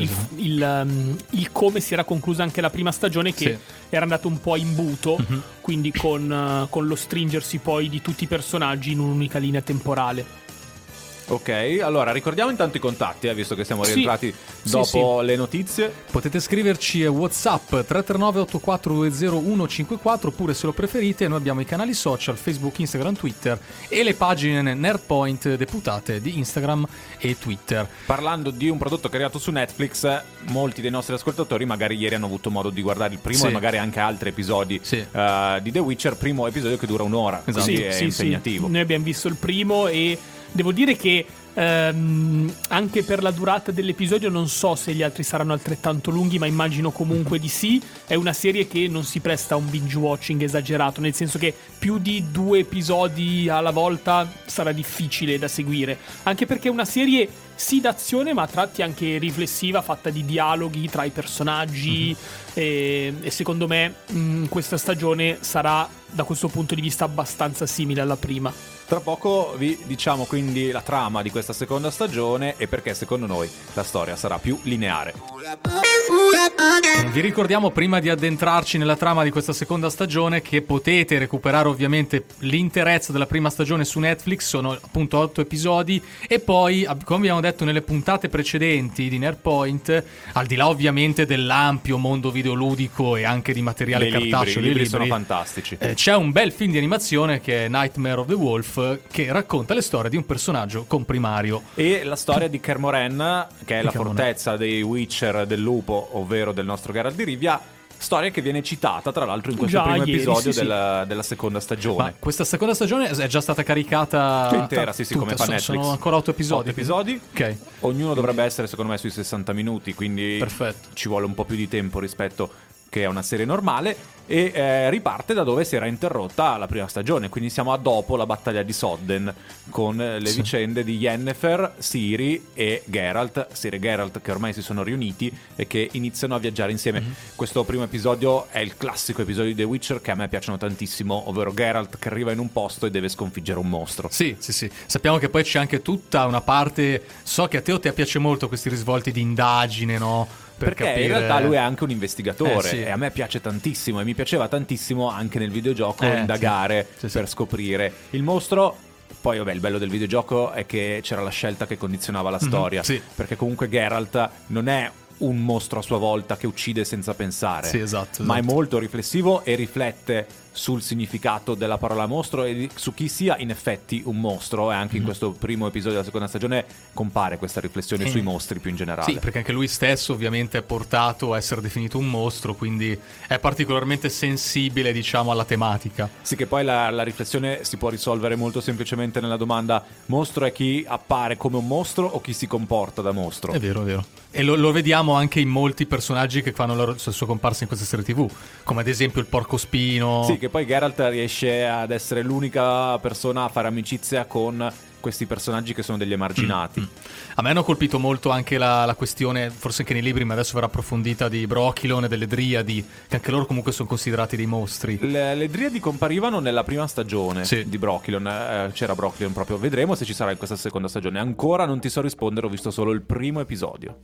S3: il come si era conclusa anche la prima stagione, che era andato un po' in buto, quindi con lo stringersi poi di tutti i personaggi in un'unica linea temporale.
S2: Ok, allora ricordiamo intanto i contatti, visto che siamo rientrati dopo le notizie.
S1: Potete scriverci a WhatsApp 339 8420 154, oppure se lo preferite noi abbiamo i canali social Facebook, Instagram, Twitter e le pagine Nerdpoint deputate di Instagram e Twitter.
S2: Parlando di un prodotto che è arrivato su Netflix, molti dei nostri ascoltatori magari ieri hanno avuto modo di guardare il primo e magari anche altri episodi di The Witcher, primo episodio che dura un'ora, quindi è impegnativo.
S3: Noi abbiamo visto il primo e devo dire che Anche per la durata dell'episodio non so se gli altri saranno altrettanto lunghi, ma immagino comunque di sì. È una serie che non si presta a un binge watching esagerato, nel senso che più di 2 episodi alla volta sarà difficile da seguire, anche perché è una serie sì d'azione ma a tratti anche riflessiva, fatta di dialoghi tra i personaggi, e secondo me questa stagione sarà da questo punto di vista abbastanza simile alla prima.
S2: Tra poco vi diciamo quindi la trama di questa seconda stagione e perché secondo noi la storia sarà più lineare.
S1: Vi ricordiamo, prima di addentrarci nella trama di questa seconda stagione, che potete recuperare ovviamente l'interezza della prima stagione su Netflix. Sono appunto 8 episodi e poi, come abbiamo detto nelle puntate precedenti di Nerdpoint, al di là ovviamente dell'ampio mondo videoludico e anche di materiale cartaceo,
S2: i libri sono fantastici.
S1: C'è un bel film di animazione che è Nightmare of the Wolf, che racconta le storie di un personaggio comprimario.
S2: E la storia di Kaer Morhen, che è la fortezza dei Witcher del lupo, ovvero del nostro Geralt di Rivia. Storia che viene citata tra l'altro in questo primo episodio della seconda stagione.
S1: Ma questa seconda stagione è già stata caricata
S2: intera, sì, come fa Netflix.
S1: Sono ancora 8 episodi.
S2: 8 episodi.
S1: Ok.
S2: Ognuno dovrebbe essere secondo me sui 60 minuti, quindi
S1: perfetto.
S2: Ci vuole un po' più di tempo rispetto che è una serie normale, e riparte da dove si era interrotta la prima stagione, quindi siamo a dopo la battaglia di Sodden, con le vicende di Yennefer, Ciri e Geralt. Ciri e Geralt che ormai si sono riuniti e che iniziano a viaggiare insieme. Questo primo episodio è il classico episodio di The Witcher che a me piacciono tantissimo, ovvero Geralt che arriva in un posto e deve sconfiggere un mostro.
S1: Sì. Sappiamo che poi c'è anche tutta una parte, so che a te piace molto questi risvolti di indagine, no?
S2: Perché
S1: capire...
S2: in realtà lui è anche un investigatore,
S1: sì.
S2: E a me piace tantissimo, e mi piaceva tantissimo anche nel videogioco indagare per scoprire il mostro. Poi vabbè, il bello del videogioco è che c'era la scelta che condizionava la storia, perché comunque Geralt non è un mostro a sua volta che uccide senza pensare,
S1: esatto.
S2: Ma è molto riflessivo e riflette sul significato della parola mostro e su chi sia in effetti un mostro. E anche in questo primo episodio della seconda stagione compare questa riflessione sui mostri più in generale.
S1: Sì, perché anche lui stesso ovviamente è portato a essere definito un mostro, quindi è particolarmente sensibile, diciamo, alla tematica.
S2: Sì, che poi la riflessione si può risolvere molto semplicemente nella domanda: mostro è chi appare come un mostro o chi si comporta da mostro?
S1: È vero. E lo vediamo anche in molti personaggi che fanno la sua comparsa in queste serie TV, come ad esempio il porcospino.
S2: Sì, che poi Geralt riesce ad essere l'unica persona a fare amicizia con questi personaggi che sono degli emarginati.
S1: A me hanno colpito molto anche la questione, forse anche nei libri, ma adesso verrà approfondita, di Brokilon e delle Driadi, che anche loro comunque sono considerati dei mostri.
S2: Le Driadi comparivano nella prima stagione di Brokilon, c'era Brokilon proprio. Vedremo se ci sarà in questa seconda stagione. Ancora non ti so rispondere, ho visto solo il primo episodio.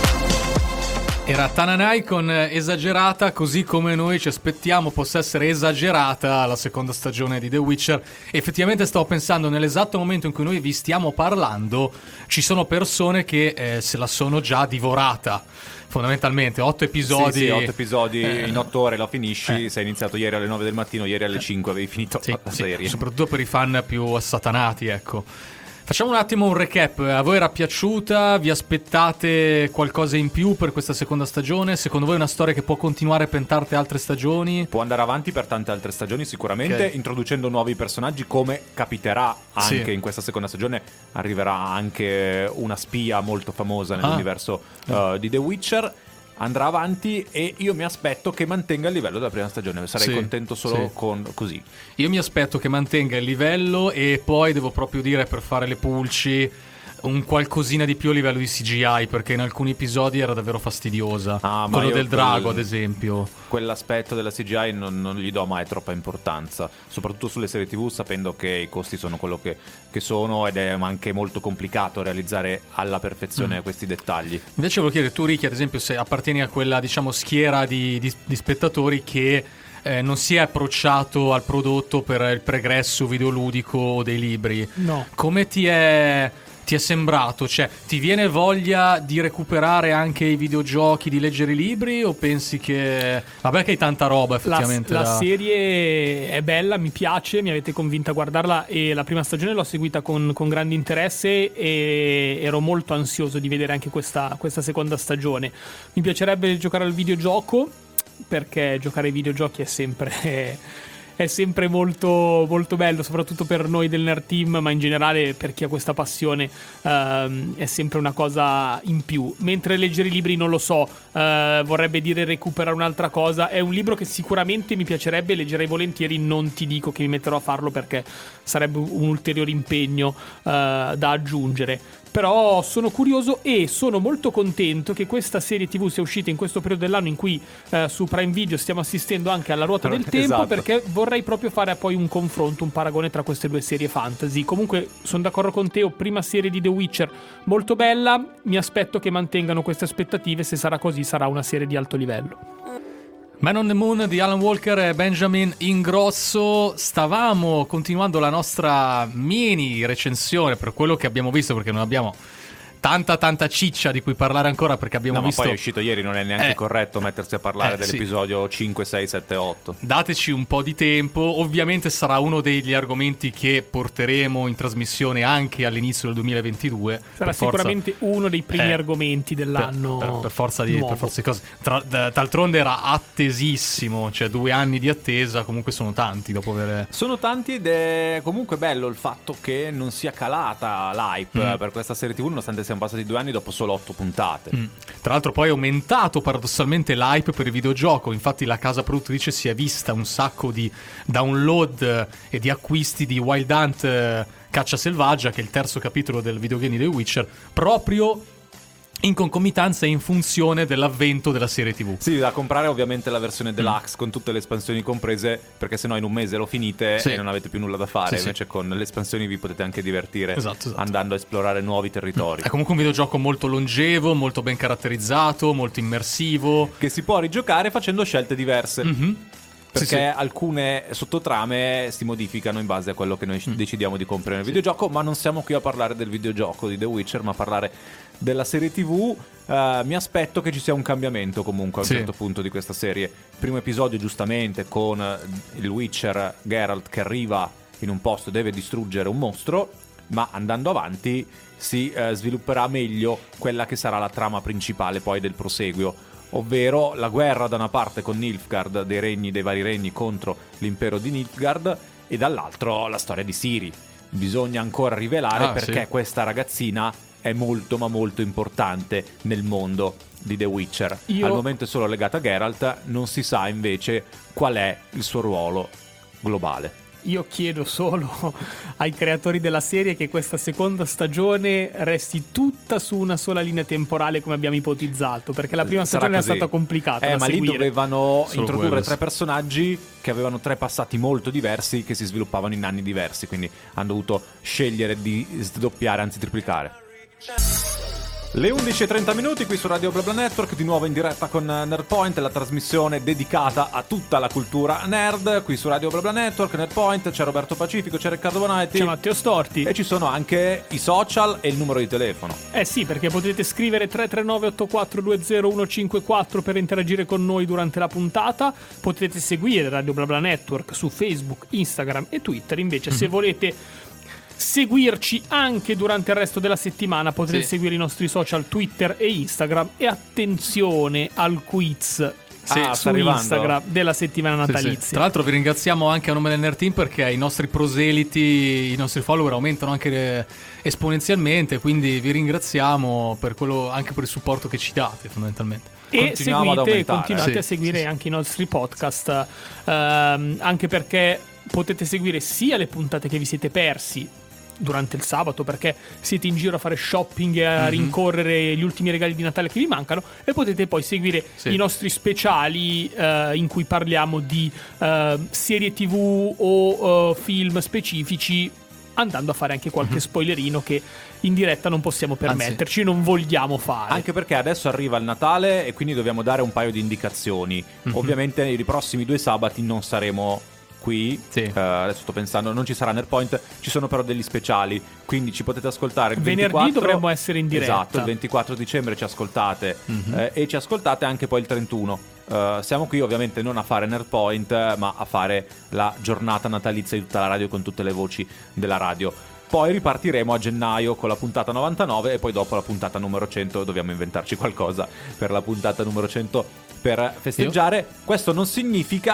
S1: Era Tananai con Esagerata, così come noi ci aspettiamo possa essere esagerata la seconda stagione di The Witcher. Effettivamente stavo pensando, nell'esatto momento in cui noi vi stiamo parlando, ci sono persone che se la sono già divorata. Fondamentalmente 8 episodi.
S2: Sì, 8 episodi in 8 ore la finisci. Sei iniziato ieri alle 9 del mattino, ieri alle 5 avevi finito la serie.
S1: Soprattutto per i fan più assatanati, ecco. Facciamo un attimo un recap. A voi era piaciuta? Vi aspettate qualcosa in più per questa seconda stagione? Secondo voi è una storia che può continuare per tante altre stagioni?
S2: Può andare avanti per tante altre stagioni sicuramente, introducendo nuovi personaggi, come capiterà anche in questa seconda stagione. Arriverà anche una spia molto famosa nell'universo di The Witcher. Andrà avanti e io mi aspetto che mantenga il livello della prima stagione. Sarei contento solo con così.
S1: Io mi aspetto che mantenga il livello e poi devo proprio dire, per fare le pulci, un qualcosina di più a livello di CGI, perché in alcuni episodi era davvero fastidiosa. Quello del drago, ad esempio.
S2: Quell'aspetto della CGI non gli do mai troppa importanza, soprattutto sulle serie TV, sapendo che i costi sono quello che sono, ed è anche molto complicato realizzare alla perfezione questi dettagli.
S1: Invece volevo chiedere, tu Ricky, ad esempio, se appartieni a quella, diciamo, schiera di spettatori che non si è approcciato al prodotto per il pregresso videoludico dei libri.
S3: No.
S1: Come ti è sembrato? Cioè, ti viene voglia di recuperare anche i videogiochi, di leggere i libri, o pensi che... Vabbè che hai tanta roba effettivamente.
S3: La serie è bella, mi piace, mi avete convinta a guardarla, e la prima stagione l'ho seguita con grande interesse e ero molto ansioso di vedere anche questa seconda stagione. Mi piacerebbe giocare al videogioco, perché giocare ai videogiochi è sempre è sempre molto, molto bello, soprattutto per noi del Nerd Team, ma in generale per chi ha questa passione è sempre una cosa in più. Mentre leggere i libri non lo so, vorrebbe dire recuperare un'altra cosa. È un libro che sicuramente mi piacerebbe, leggerei volentieri, non ti dico che mi metterò a farlo perché sarebbe un ulteriore impegno da aggiungere. Però sono curioso e sono molto contento che questa serie TV sia uscita in questo periodo dell'anno in cui su Prime Video stiamo assistendo anche alla ruota del tempo,
S2: esatto.
S3: perché vorrei proprio fare poi un confronto, un paragone tra queste due serie fantasy. Comunque sono d'accordo con te, prima serie di The Witcher molto bella, mi aspetto che mantengano queste aspettative, se sarà così sarà una serie di alto livello.
S1: Man on the Moon di Alan Walker e Benjamin Ingrosso. Stavamo continuando la nostra mini recensione per quello che abbiamo visto, perché non abbiamo tanta ciccia di cui parlare ancora, perché abbiamo visto...
S2: ma poi è uscito ieri, non è neanche corretto mettersi a parlare dell'episodio
S1: sì.
S2: 5, 6, 7, 8.
S1: Dateci un po' di tempo, ovviamente sarà uno degli argomenti che porteremo in trasmissione anche all'inizio del 2022.
S3: Sarà sicuramente uno dei primi argomenti dell'anno.
S1: Per forza di cose. D'altronde era attesissimo, cioè 2 anni di attesa, comunque sono tanti dopo avere...
S2: Sono tanti ed è comunque bello il fatto che non sia calata l'hype per questa serie TV, nonostante siamo passati 2 anni dopo solo 8 puntate.
S1: Tra l'altro poi è aumentato paradossalmente l'hype per il videogioco, infatti la casa produttrice si è vista un sacco di download e di acquisti di Wild Hunt Caccia Selvaggia, che è il terzo capitolo del videogame di The Witcher, proprio in concomitanza e in funzione dell'avvento della serie TV.
S2: Sì, da comprare ovviamente la versione deluxe con tutte le espansioni comprese, perché sennò in un mese lo finite e non avete più nulla da fare. Invece con le espansioni vi potete anche divertire andando a esplorare nuovi territori.
S1: È comunque un videogioco molto longevo, molto ben caratterizzato, molto immersivo,
S2: che si può rigiocare facendo scelte diverse. Perché alcune sottotrame si modificano in base a quello che noi decidiamo di comprare nel videogioco. Ma non siamo qui a parlare del videogioco di The Witcher, ma a parlare della serie TV. Mi aspetto che ci sia un cambiamento comunque a un certo punto di questa serie. Primo episodio giustamente con il Witcher Geralt che arriva in un posto e deve distruggere un mostro, ma andando avanti si svilupperà meglio quella che sarà la trama principale poi del proseguio, ovvero la guerra da una parte con Nilfgaard, dei vari regni contro l'impero di Nilfgaard, e dall'altro la storia di Ciri. Bisogna ancora rivelare perché questa ragazzina è molto ma molto importante nel mondo di The Witcher. Al momento è solo legata a Geralt, non si sa invece qual è il suo ruolo globale.
S3: Io chiedo solo ai creatori della serie che questa seconda stagione resti tutta su una sola linea temporale come abbiamo ipotizzato, perché la prima stagione è stata complicata da
S2: ma
S3: seguire.
S2: Lì dovevano
S1: solo
S2: introdurre 3 personaggi che avevano 3 passati molto diversi, che si sviluppavano in anni diversi, quindi hanno dovuto scegliere di sdoppiare, anzi triplicare. Le 11:30 qui su Radio BlaBla Network, di nuovo in diretta con Nerdpoint, la trasmissione dedicata a tutta la cultura nerd qui su Radio BlaBla Network. Nerdpoint, c'è Roberto Pacifico, c'è Riccardo Bonetti,
S3: c'è Matteo Storti
S2: e ci sono anche i social e il numero di telefono.
S3: Sì, perché potete scrivere 339-8420-154 per interagire con noi durante la puntata. Potete seguire Radio BlaBla Network su Facebook, Instagram e Twitter. Invece se volete seguirci anche durante il resto della settimana potete seguire i nostri social Twitter e Instagram, e attenzione al quiz su Instagram della settimana natalizia.
S1: Tra l'altro vi ringraziamo anche a nome del Nerd Team, perché i nostri proseliti, i nostri follower aumentano anche esponenzialmente, quindi vi ringraziamo per quello, anche per il supporto che ci date fondamentalmente.
S3: E continuate a seguire anche i nostri podcast, anche perché potete seguire sia le puntate che vi siete persi durante il sabato, perché siete in giro a fare shopping e a rincorrere gli ultimi regali di Natale che vi mancano, e potete poi seguire i nostri speciali in cui parliamo di serie TV o film specifici, andando a fare anche qualche spoilerino che in diretta non possiamo permetterci, non vogliamo fare.
S2: Anche perché adesso arriva il Natale e quindi dobbiamo dare un paio di indicazioni. Ovviamente i prossimi 2 sabati non saremo qui, adesso sto pensando, non ci sarà Nerdpoint, ci sono però degli speciali, quindi ci potete ascoltare il
S3: venerdì
S2: 24,
S3: dovremmo essere in diretta.
S2: Esatto, il 24 dicembre ci ascoltate e ci ascoltate anche poi il 31. Siamo qui ovviamente non a fare Nerdpoint, ma a fare la giornata natalizia di tutta la radio con tutte le voci della radio. Poi ripartiremo a gennaio con la puntata 99 e poi dopo la puntata numero 100 dobbiamo inventarci qualcosa per la puntata numero 100 per festeggiare. Questo non significa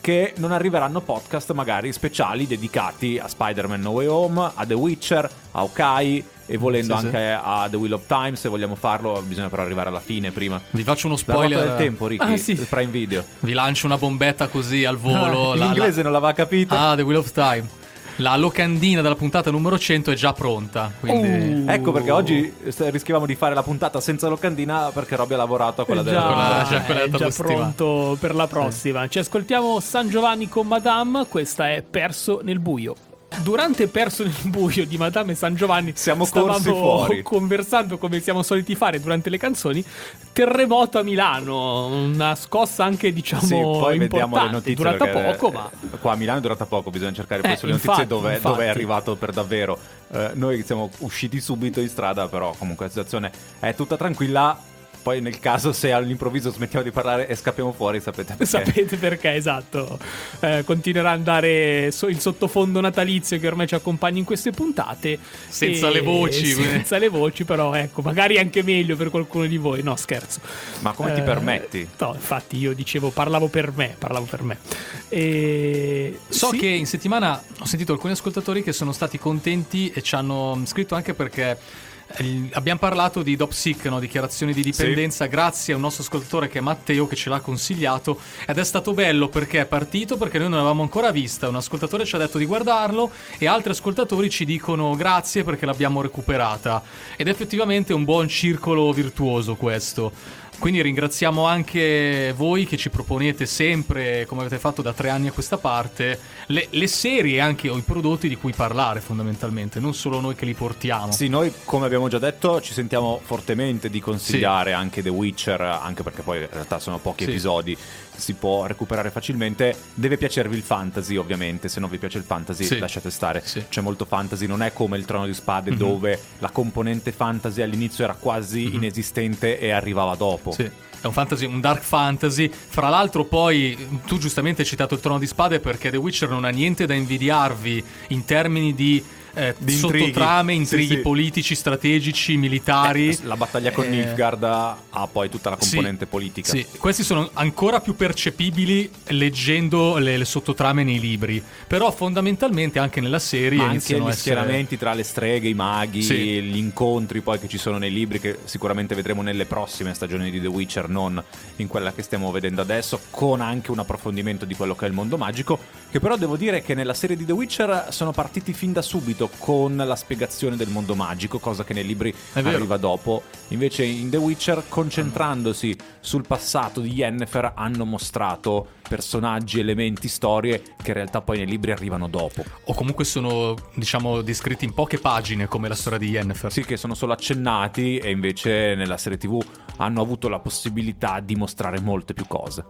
S2: che non arriveranno podcast magari speciali dedicati a Spider-Man No Way Home, a The Witcher, a Hawkeye e volendo anche a The Wheel of Time. Se vogliamo farlo bisogna però arrivare alla fine prima.
S1: Vi faccio uno spoiler.
S2: La del tempo, Ricky,
S3: sì.
S2: Prime Video.
S1: Vi lancio una bombetta così al volo.
S2: L'inglese non l'aveva capito.
S1: The Wheel of Time. La locandina della puntata numero 100 è già pronta, quindi...
S2: Ecco perché oggi rischiavamo di fare la puntata senza locandina, perché Robby ha lavorato a quella della...
S3: È già pronto per la prossima. Ci ascoltiamo San Giovanni con Madame. Questa è Perso nel buio. Durante Perso nel buio di Madame e San Giovanni
S2: siamo corsi fuori,
S3: conversando come siamo soliti fare durante le canzoni. Terremoto a Milano, una scossa anche diciamo
S2: poi
S3: importante.
S2: Vediamo le notizie,
S3: durata poco, ma
S2: qua a Milano è durata poco, bisogna cercare poi sulle notizie dove è arrivato per davvero. Noi siamo usciti subito in strada, però comunque la situazione è tutta tranquilla. Poi nel caso se all'improvviso smettiamo di parlare e scappiamo fuori, sapete
S3: perché, esatto. Continuerà ad andare il sottofondo natalizio che ormai ci accompagna in queste puntate.
S1: Senza le voci.
S3: Senza le voci, però ecco, magari anche meglio per qualcuno di voi. No, scherzo.
S2: Ma come ti permetti?
S3: No, infatti io dicevo, parlavo per me.
S1: So che in settimana ho sentito alcuni ascoltatori che sono stati contenti e ci hanno scritto anche perché... abbiamo parlato di DopSic, no? Dichiarazioni di dipendenza, grazie a un nostro ascoltatore che è Matteo che ce l'ha consigliato, ed è stato bello perché è partito perché noi non l'avevamo ancora vista. Un ascoltatore ci ha detto di guardarlo e altri ascoltatori ci dicono grazie perché l'abbiamo recuperata, ed è effettivamente un buon circolo virtuoso questo. Quindi ringraziamo anche voi che ci proponete sempre, come avete fatto da 3 anni a questa parte, le serie anche o i prodotti di cui parlare fondamentalmente, non solo noi che li portiamo.
S2: Sì, noi come abbiamo già detto ci sentiamo fortemente di consigliare anche The Witcher, anche perché poi in realtà sono pochi episodi, si può recuperare facilmente. Deve piacervi il fantasy ovviamente, se non vi piace il fantasy lasciate stare, c'è molto fantasy, non è come il Trono di Spade dove la componente fantasy all'inizio era quasi inesistente e arrivava dopo.
S1: Sì, è un fantasy, un dark fantasy. Fra l'altro poi tu giustamente hai citato il Trono di Spade perché The Witcher non ha niente da invidiarvi in termini di sottotrame, intrighi politici, strategici, militari.
S2: La battaglia con Nilfgaard ha poi tutta la componente politica.
S1: Sì, questi sono ancora più percepibili leggendo le sottotrame nei libri, però fondamentalmente anche nella serie
S2: ma anche gli schieramenti tra le streghe, i maghi, gli incontri poi che ci sono nei libri, che sicuramente vedremo nelle prossime stagioni di The Witcher, non in quella che stiamo vedendo adesso, con anche un approfondimento di quello che è il mondo magico, che però devo dire che nella serie di The Witcher sono partiti fin da subito con la spiegazione del mondo magico, cosa che nei libri arriva dopo. Invece in The Witcher, concentrandosi sul passato di Yennefer, hanno mostrato personaggi, elementi, storie che in realtà poi nei libri arrivano dopo,
S1: o comunque sono diciamo descritti in poche pagine, come la storia di Yennefer.
S2: Sì, che sono solo accennati, e invece nella serie TV hanno avuto la possibilità di mostrare molte più cose.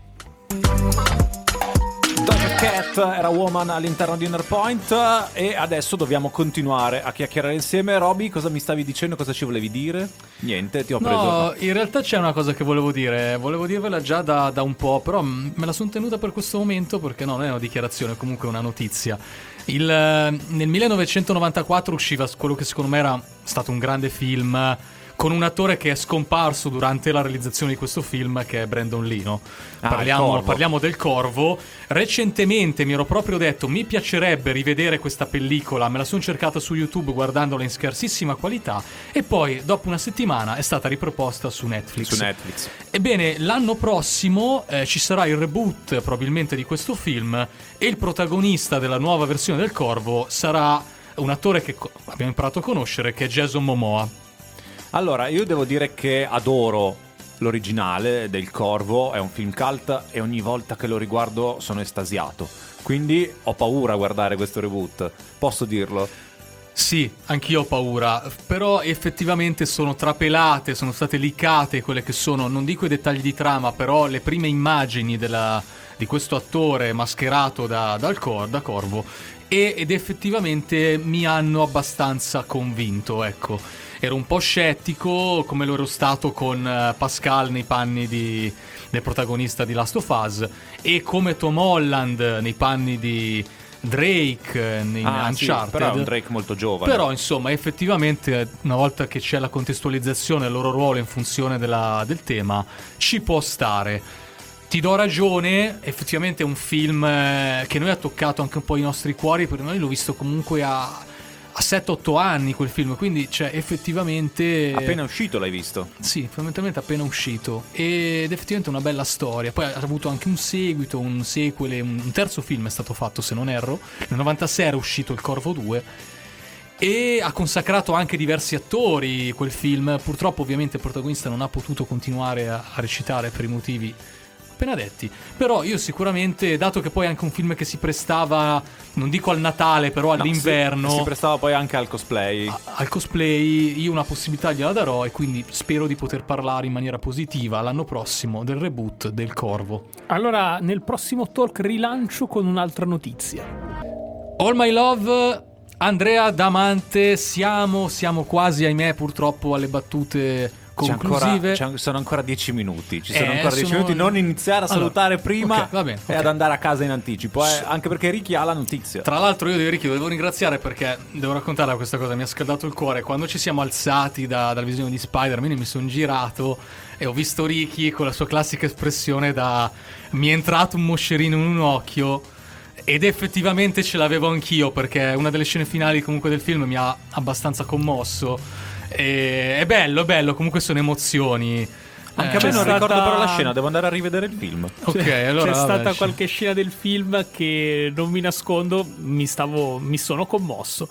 S2: Doja Cat era Woman all'interno di Inner Point, e adesso dobbiamo continuare a chiacchierare insieme. Roby, cosa mi stavi dicendo? Cosa ci volevi dire? Niente, ti ho preso.
S1: No, in realtà c'è una cosa che volevo dirvela già da un po', però me la sono tenuta per questo momento perché non è una dichiarazione, è comunque una notizia. Nel 1994 usciva quello che secondo me era stato un grande film con un attore che è scomparso durante la realizzazione di questo film, che è Brandon Lee, no? Parliamo del Corvo. Recentemente mi ero proprio detto mi piacerebbe rivedere questa pellicola, me la sono cercata su YouTube guardandola in scarsissima qualità, e poi dopo una settimana è stata riproposta su Netflix. Ebbene, l'anno prossimo ci sarà il reboot probabilmente di questo film, e il protagonista della nuova versione del Corvo sarà un attore che abbiamo imparato a conoscere, che è Jason Momoa.
S2: Allora, io devo dire che adoro l'originale del Corvo, è un film cult e ogni volta che lo riguardo sono estasiato. Quindi ho paura a guardare questo reboot, posso dirlo?
S1: Sì, anch'io ho paura, però effettivamente sono trapelate, sono state leakate quelle che sono, non dico i dettagli di trama, però le prime immagini di questo attore mascherato da Corvo, ed effettivamente mi hanno abbastanza convinto, ecco. Ero un po' scettico, come lo ero stato con Pascal nei panni del protagonista di Last of Us, e come Tom Holland nei panni di Drake in Uncharted.
S2: Sì, però è un Drake molto giovane.
S1: Però insomma effettivamente una volta che c'è la contestualizzazione del loro ruolo in funzione del tema, ci può stare. ti do ragione, effettivamente è un film che noi ha toccato anche un po' i nostri cuori, perché noi l'ho visto comunque a 7-8 anni quel film, quindi cioè effettivamente
S2: appena uscito l'hai visto?
S1: Sì, fondamentalmente appena uscito, ed effettivamente una bella storia. Poi ha avuto anche un seguito, un sequel, un terzo film è stato fatto, se non erro. Nel 96 era uscito Il Corvo 2 e ha consacrato anche diversi attori quel film. Purtroppo ovviamente il protagonista non ha potuto continuare a recitare per i motivi appena detti, però io sicuramente, dato che poi è anche un film che si prestava, non dico al Natale, però all'inverno,
S2: si prestava poi anche al cosplay,
S1: al cosplay, io una possibilità gliela darò, e quindi spero di poter parlare in maniera positiva l'anno prossimo del reboot del Corvo.
S3: Allora nel prossimo talk rilancio con un'altra notizia.
S1: All My Love, Andrea Damante, siamo quasi, ahimè, purtroppo alle battute conclusive.
S2: Sono ancora 10 minuti. Sono ancora 10 minuti. Non iniziare a salutare prima,
S1: okay, va bene,
S2: e ad andare a casa in anticipo. Anche perché Ricky ha la notizia.
S1: Tra l'altro, io Ricky devo ringraziare, perché devo raccontare questa cosa. Mi ha scaldato il cuore. Quando ci siamo alzati dalla visione di Spider-Man, io mi sono girato e ho visto Ricky con la sua classica espressione da mi è entrato un moscerino in un occhio. Ed effettivamente ce l'avevo anch'io, perché una delle scene finali comunque del film mi ha abbastanza commosso. E è bello, comunque sono emozioni.
S2: Anche a me non ricordo però la scena, devo andare a rivedere il film.
S1: Ok, allora
S3: c'è stata qualche scena del film che, non vi nascondo, mi sono commosso.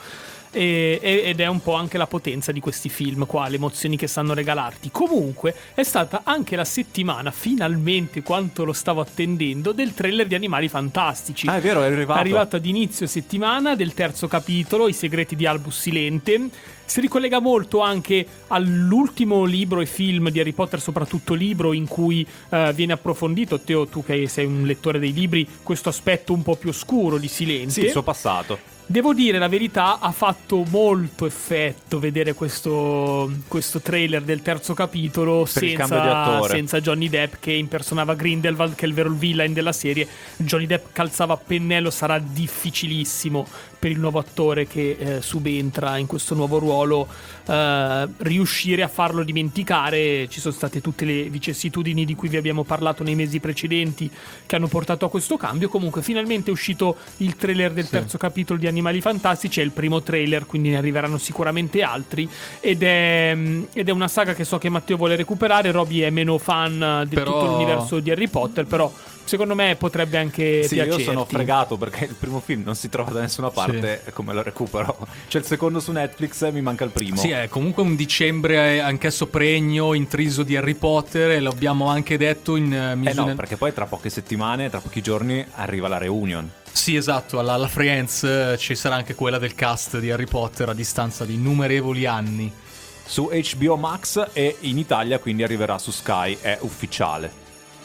S3: Ed è un po' anche la potenza di questi film qua, le emozioni che sanno regalarti. Comunque è stata anche la settimana, finalmente, quanto lo stavo attendendo, del trailer di Animali Fantastici.
S2: Ah, è vero, è
S3: arrivato ad inizio settimana del terzo capitolo, I segreti di Albus Silente. Si ricollega molto anche all'ultimo libro e film di Harry Potter, soprattutto libro, in cui viene approfondito, Teo, tu che sei un lettore dei libri, questo aspetto un po' più oscuro di Silente.
S2: Sì, il suo passato.
S3: Devo dire la verità, ha fatto molto effetto vedere questo trailer del terzo capitolo senza Johnny Depp, che impersonava Grindelwald, che è il vero villain della serie. Johnny Depp calzava a pennello, sarà difficilissimo per il nuovo attore che subentra in questo nuovo ruolo riuscire a farlo dimenticare. Ci sono state tutte le vicissitudini di cui vi abbiamo parlato nei mesi precedenti che hanno portato a questo cambio. Comunque finalmente è uscito il trailer del terzo capitolo di Animali Fantastici. È il primo trailer, quindi ne arriveranno sicuramente altri, ed è una saga che so che Matteo vuole recuperare. Roby è meno fan di tutto l'universo di Harry Potter, però secondo me potrebbe anche piacerti.
S2: Io sono fregato perché il primo film non si trova da nessuna parte, come lo recupero? C'è il secondo su Netflix, mi manca il primo.
S1: Sì, è comunque un dicembre anch'esso pregno, intriso di Harry Potter, e l'abbiamo anche detto in misura...
S2: no, perché poi tra poche settimane, tra pochi giorni arriva la reunion.
S1: Sì, esatto, alla Friends ci sarà anche quella del cast di Harry Potter a distanza di innumerevoli anni.
S2: Su HBO Max e in Italia quindi arriverà su Sky, è ufficiale.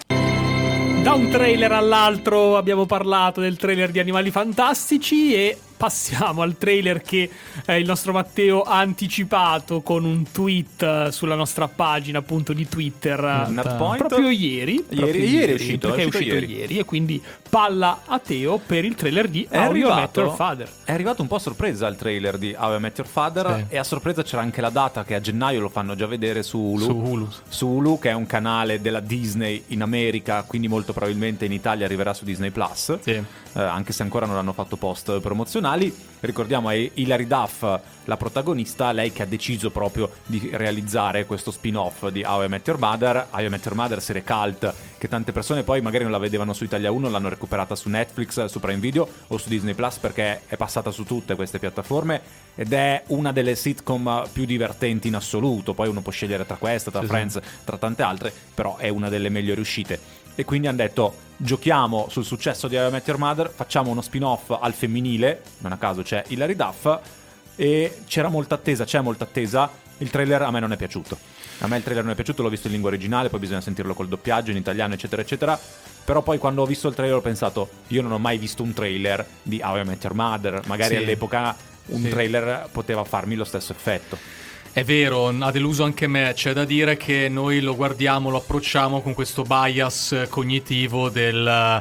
S3: Da un trailer all'altro abbiamo parlato del trailer di Animali Fantastici e passiamo al trailer che il nostro Matteo ha anticipato con un tweet sulla nostra pagina appunto di Twitter proprio ieri.
S2: Ieri è uscito,
S3: perché è uscito ieri, e quindi palla a Teo per il trailer di How I Met Your Father.
S2: È arrivato un po' a sorpresa il trailer di How I Met Your Father, e a sorpresa c'era anche la data che a gennaio lo fanno già vedere su Hulu, che è un canale della Disney in America, quindi molto probabilmente in Italia arriverà su Disney Plus, anche se ancora non hanno fatto post promozionali. Ricordiamo è Hilary Duff la protagonista, lei che ha deciso proprio di realizzare questo spin-off di How I Met Your Mother. How I Met Your Mother, serie cult che tante persone poi magari non la vedevano su Italia 1, l'hanno recuperata su Netflix, su Prime Video o su Disney Plus, perché è passata su tutte queste piattaforme ed è una delle sitcom più divertenti in assoluto. Poi uno può scegliere tra questa, tra Friends, tra tante altre, però è una delle meglio riuscite. E quindi hanno detto: giochiamo sul successo di How I Met Your Mother, facciamo uno spin-off al femminile, non a caso c'è Hilary Duff, e c'è molta attesa. Il trailer a me non è piaciuto. A me il trailer non è piaciuto, l'ho visto in lingua originale, poi bisogna sentirlo col doppiaggio in italiano, eccetera, eccetera. Però poi quando ho visto il trailer ho pensato: io non ho mai visto un trailer di How I Met Your Mother, magari all'epoca un trailer poteva farmi lo stesso effetto.
S1: È vero, ha deluso anche me. C'è da dire che noi lo guardiamo, lo approcciamo con questo bias cognitivo della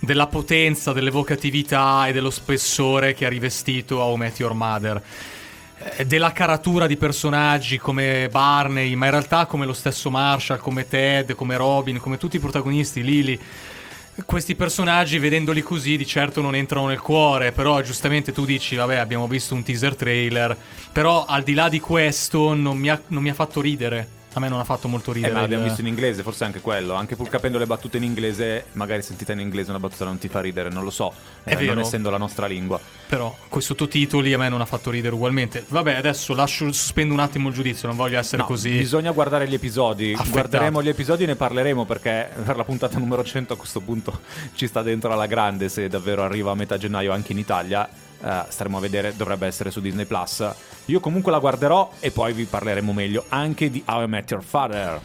S1: potenza, dell'evocatività e dello spessore che ha rivestito How I Met Your Mother. della caratura di personaggi come Barney, ma in realtà come lo stesso Marshall, come Ted, come Robin, come tutti i protagonisti, Lily. Questi personaggi, vedendoli così, di certo non entrano nel cuore, però giustamente tu dici, vabbè, abbiamo visto un teaser trailer, però al di là di questo non mi ha fatto ridere. A me non ha fatto molto ridere.
S2: Ma l'abbiamo visto in inglese, forse anche quello. Anche pur capendo le battute in inglese, magari sentita in inglese una battuta non ti fa ridere, non lo so.
S1: È vero.
S2: Non essendo la nostra lingua.
S1: Però coi sottotitoli a me non ha fatto ridere ugualmente. Vabbè, adesso sospendo un attimo il giudizio, non voglio essere così.
S2: Bisogna guardare gli episodi.
S1: Affettato.
S2: Guarderemo gli episodi e ne parleremo, perché per la puntata numero 100 a questo punto ci sta dentro alla grande, se davvero arriva a metà gennaio anche in Italia. Staremo a vedere, dovrebbe essere su Disney Plus. Io comunque la guarderò e poi vi parleremo meglio anche di How I Met Your Father.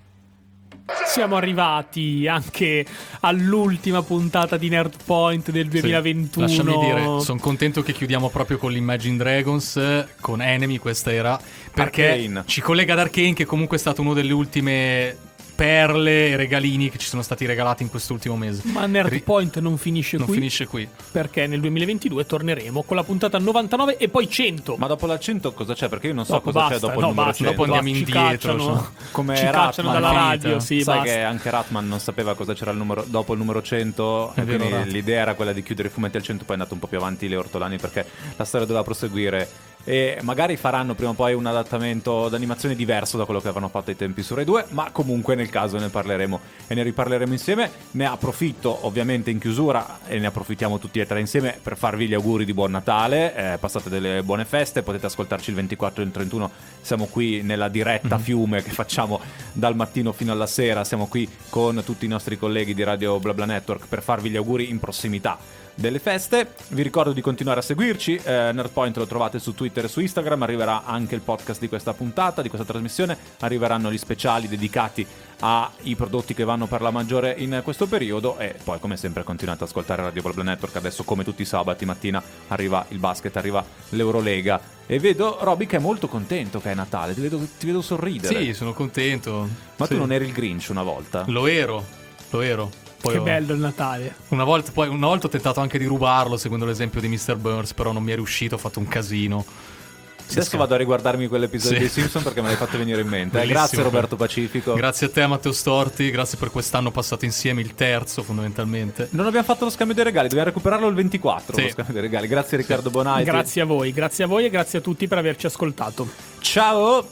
S3: Siamo arrivati anche all'ultima puntata di Nerd Point del 2021.
S1: Sì, lasciami dire, sono contento che chiudiamo proprio con l'Imagine Dragons, con Enemy questa era, perché
S2: Arcane.
S1: Ci collega ad Arcane, che comunque è stato uno delle ultime perle e regalini che ci sono stati regalati in quest'ultimo mese.
S3: Ma Nerd Point non finisce
S1: Non
S3: qui.
S1: finisce qui.
S3: Perché nel 2022 torneremo con la puntata 99 e poi 100.
S2: Ma dopo la 100 cosa c'è? Perché io non so
S3: Dopo
S2: cosa
S3: basta,
S2: c'è dopo
S3: no,
S2: il numero
S3: basta,
S2: 100.
S1: Dopo andiamo
S3: ci
S1: indietro,
S3: cacciano,
S1: cioè.
S2: Come
S3: ci cacciano
S2: Ratman,
S3: dalla
S1: finita.
S3: radio, sì,
S2: Sai
S3: basta.
S2: che anche Ratman non sapeva cosa c'era dopo il numero 100.
S1: È vero,
S2: Quindi
S1: Rat.
S2: l'idea era quella di chiudere i fumetti al 100. Poi è andato un po' più avanti Leo Ortolani, perché la storia doveva proseguire. E magari faranno prima o poi un adattamento d'animazione diverso da quello che avevano fatto ai tempi su Rai 2. Ma comunque nel caso ne parleremo e ne riparleremo insieme. Ne approfitto ovviamente in chiusura, e ne approfittiamo tutti e tre insieme, per farvi gli auguri di buon Natale. Passate delle buone feste. Potete ascoltarci il 24 e il 31. Siamo qui nella diretta fiume che facciamo dal mattino fino alla sera. Siamo qui con tutti i nostri colleghi di Radio BlaBla Network per farvi gli auguri in prossimità delle feste. Vi ricordo di continuare a seguirci. Nerdpoint lo trovate su Twitter e su Instagram. Arriverà anche il podcast di questa puntata, di questa trasmissione. Arriveranno gli speciali dedicati ai prodotti che vanno per la maggiore in questo periodo. E poi, come sempre, continuate ad ascoltare Radio BlaBla Network. Adesso, come tutti i sabati mattina, arriva il basket, arriva l'Eurolega. E vedo Roby che è molto contento che è Natale. Ti vedo sorridere.
S1: Sì, sono contento.
S2: Ma
S1: Sì.
S2: tu non eri il Grinch una volta?
S1: Lo ero. Poi
S3: Che bello il Natale.
S1: Una volta ho tentato anche di rubarlo, seguendo l'esempio di Mr. Burns, però non mi è riuscito, ho fatto un casino.
S2: Adesso vado a riguardarmi quell'episodio dei Simpson, perché me l'hai fatto venire in mente.
S1: Bellissimo.
S2: Grazie Roberto Pacifico.
S1: Grazie a te Matteo Storti, grazie per quest'anno passato insieme, il terzo fondamentalmente.
S2: Non abbiamo fatto lo scambio dei regali, dobbiamo recuperarlo il 24.
S1: Sì.
S2: Lo scambio dei regali. Grazie Riccardo Bonaiti.
S3: Grazie a voi e grazie a tutti per averci ascoltato.
S2: Ciao.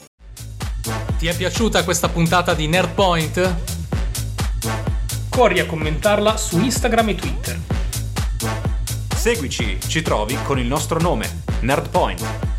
S1: Ti è piaciuta questa puntata di Nerd Point?
S3: Corri a commentarla su Instagram e Twitter.
S2: Seguici, ci trovi con il nostro nome, Nerdpoint.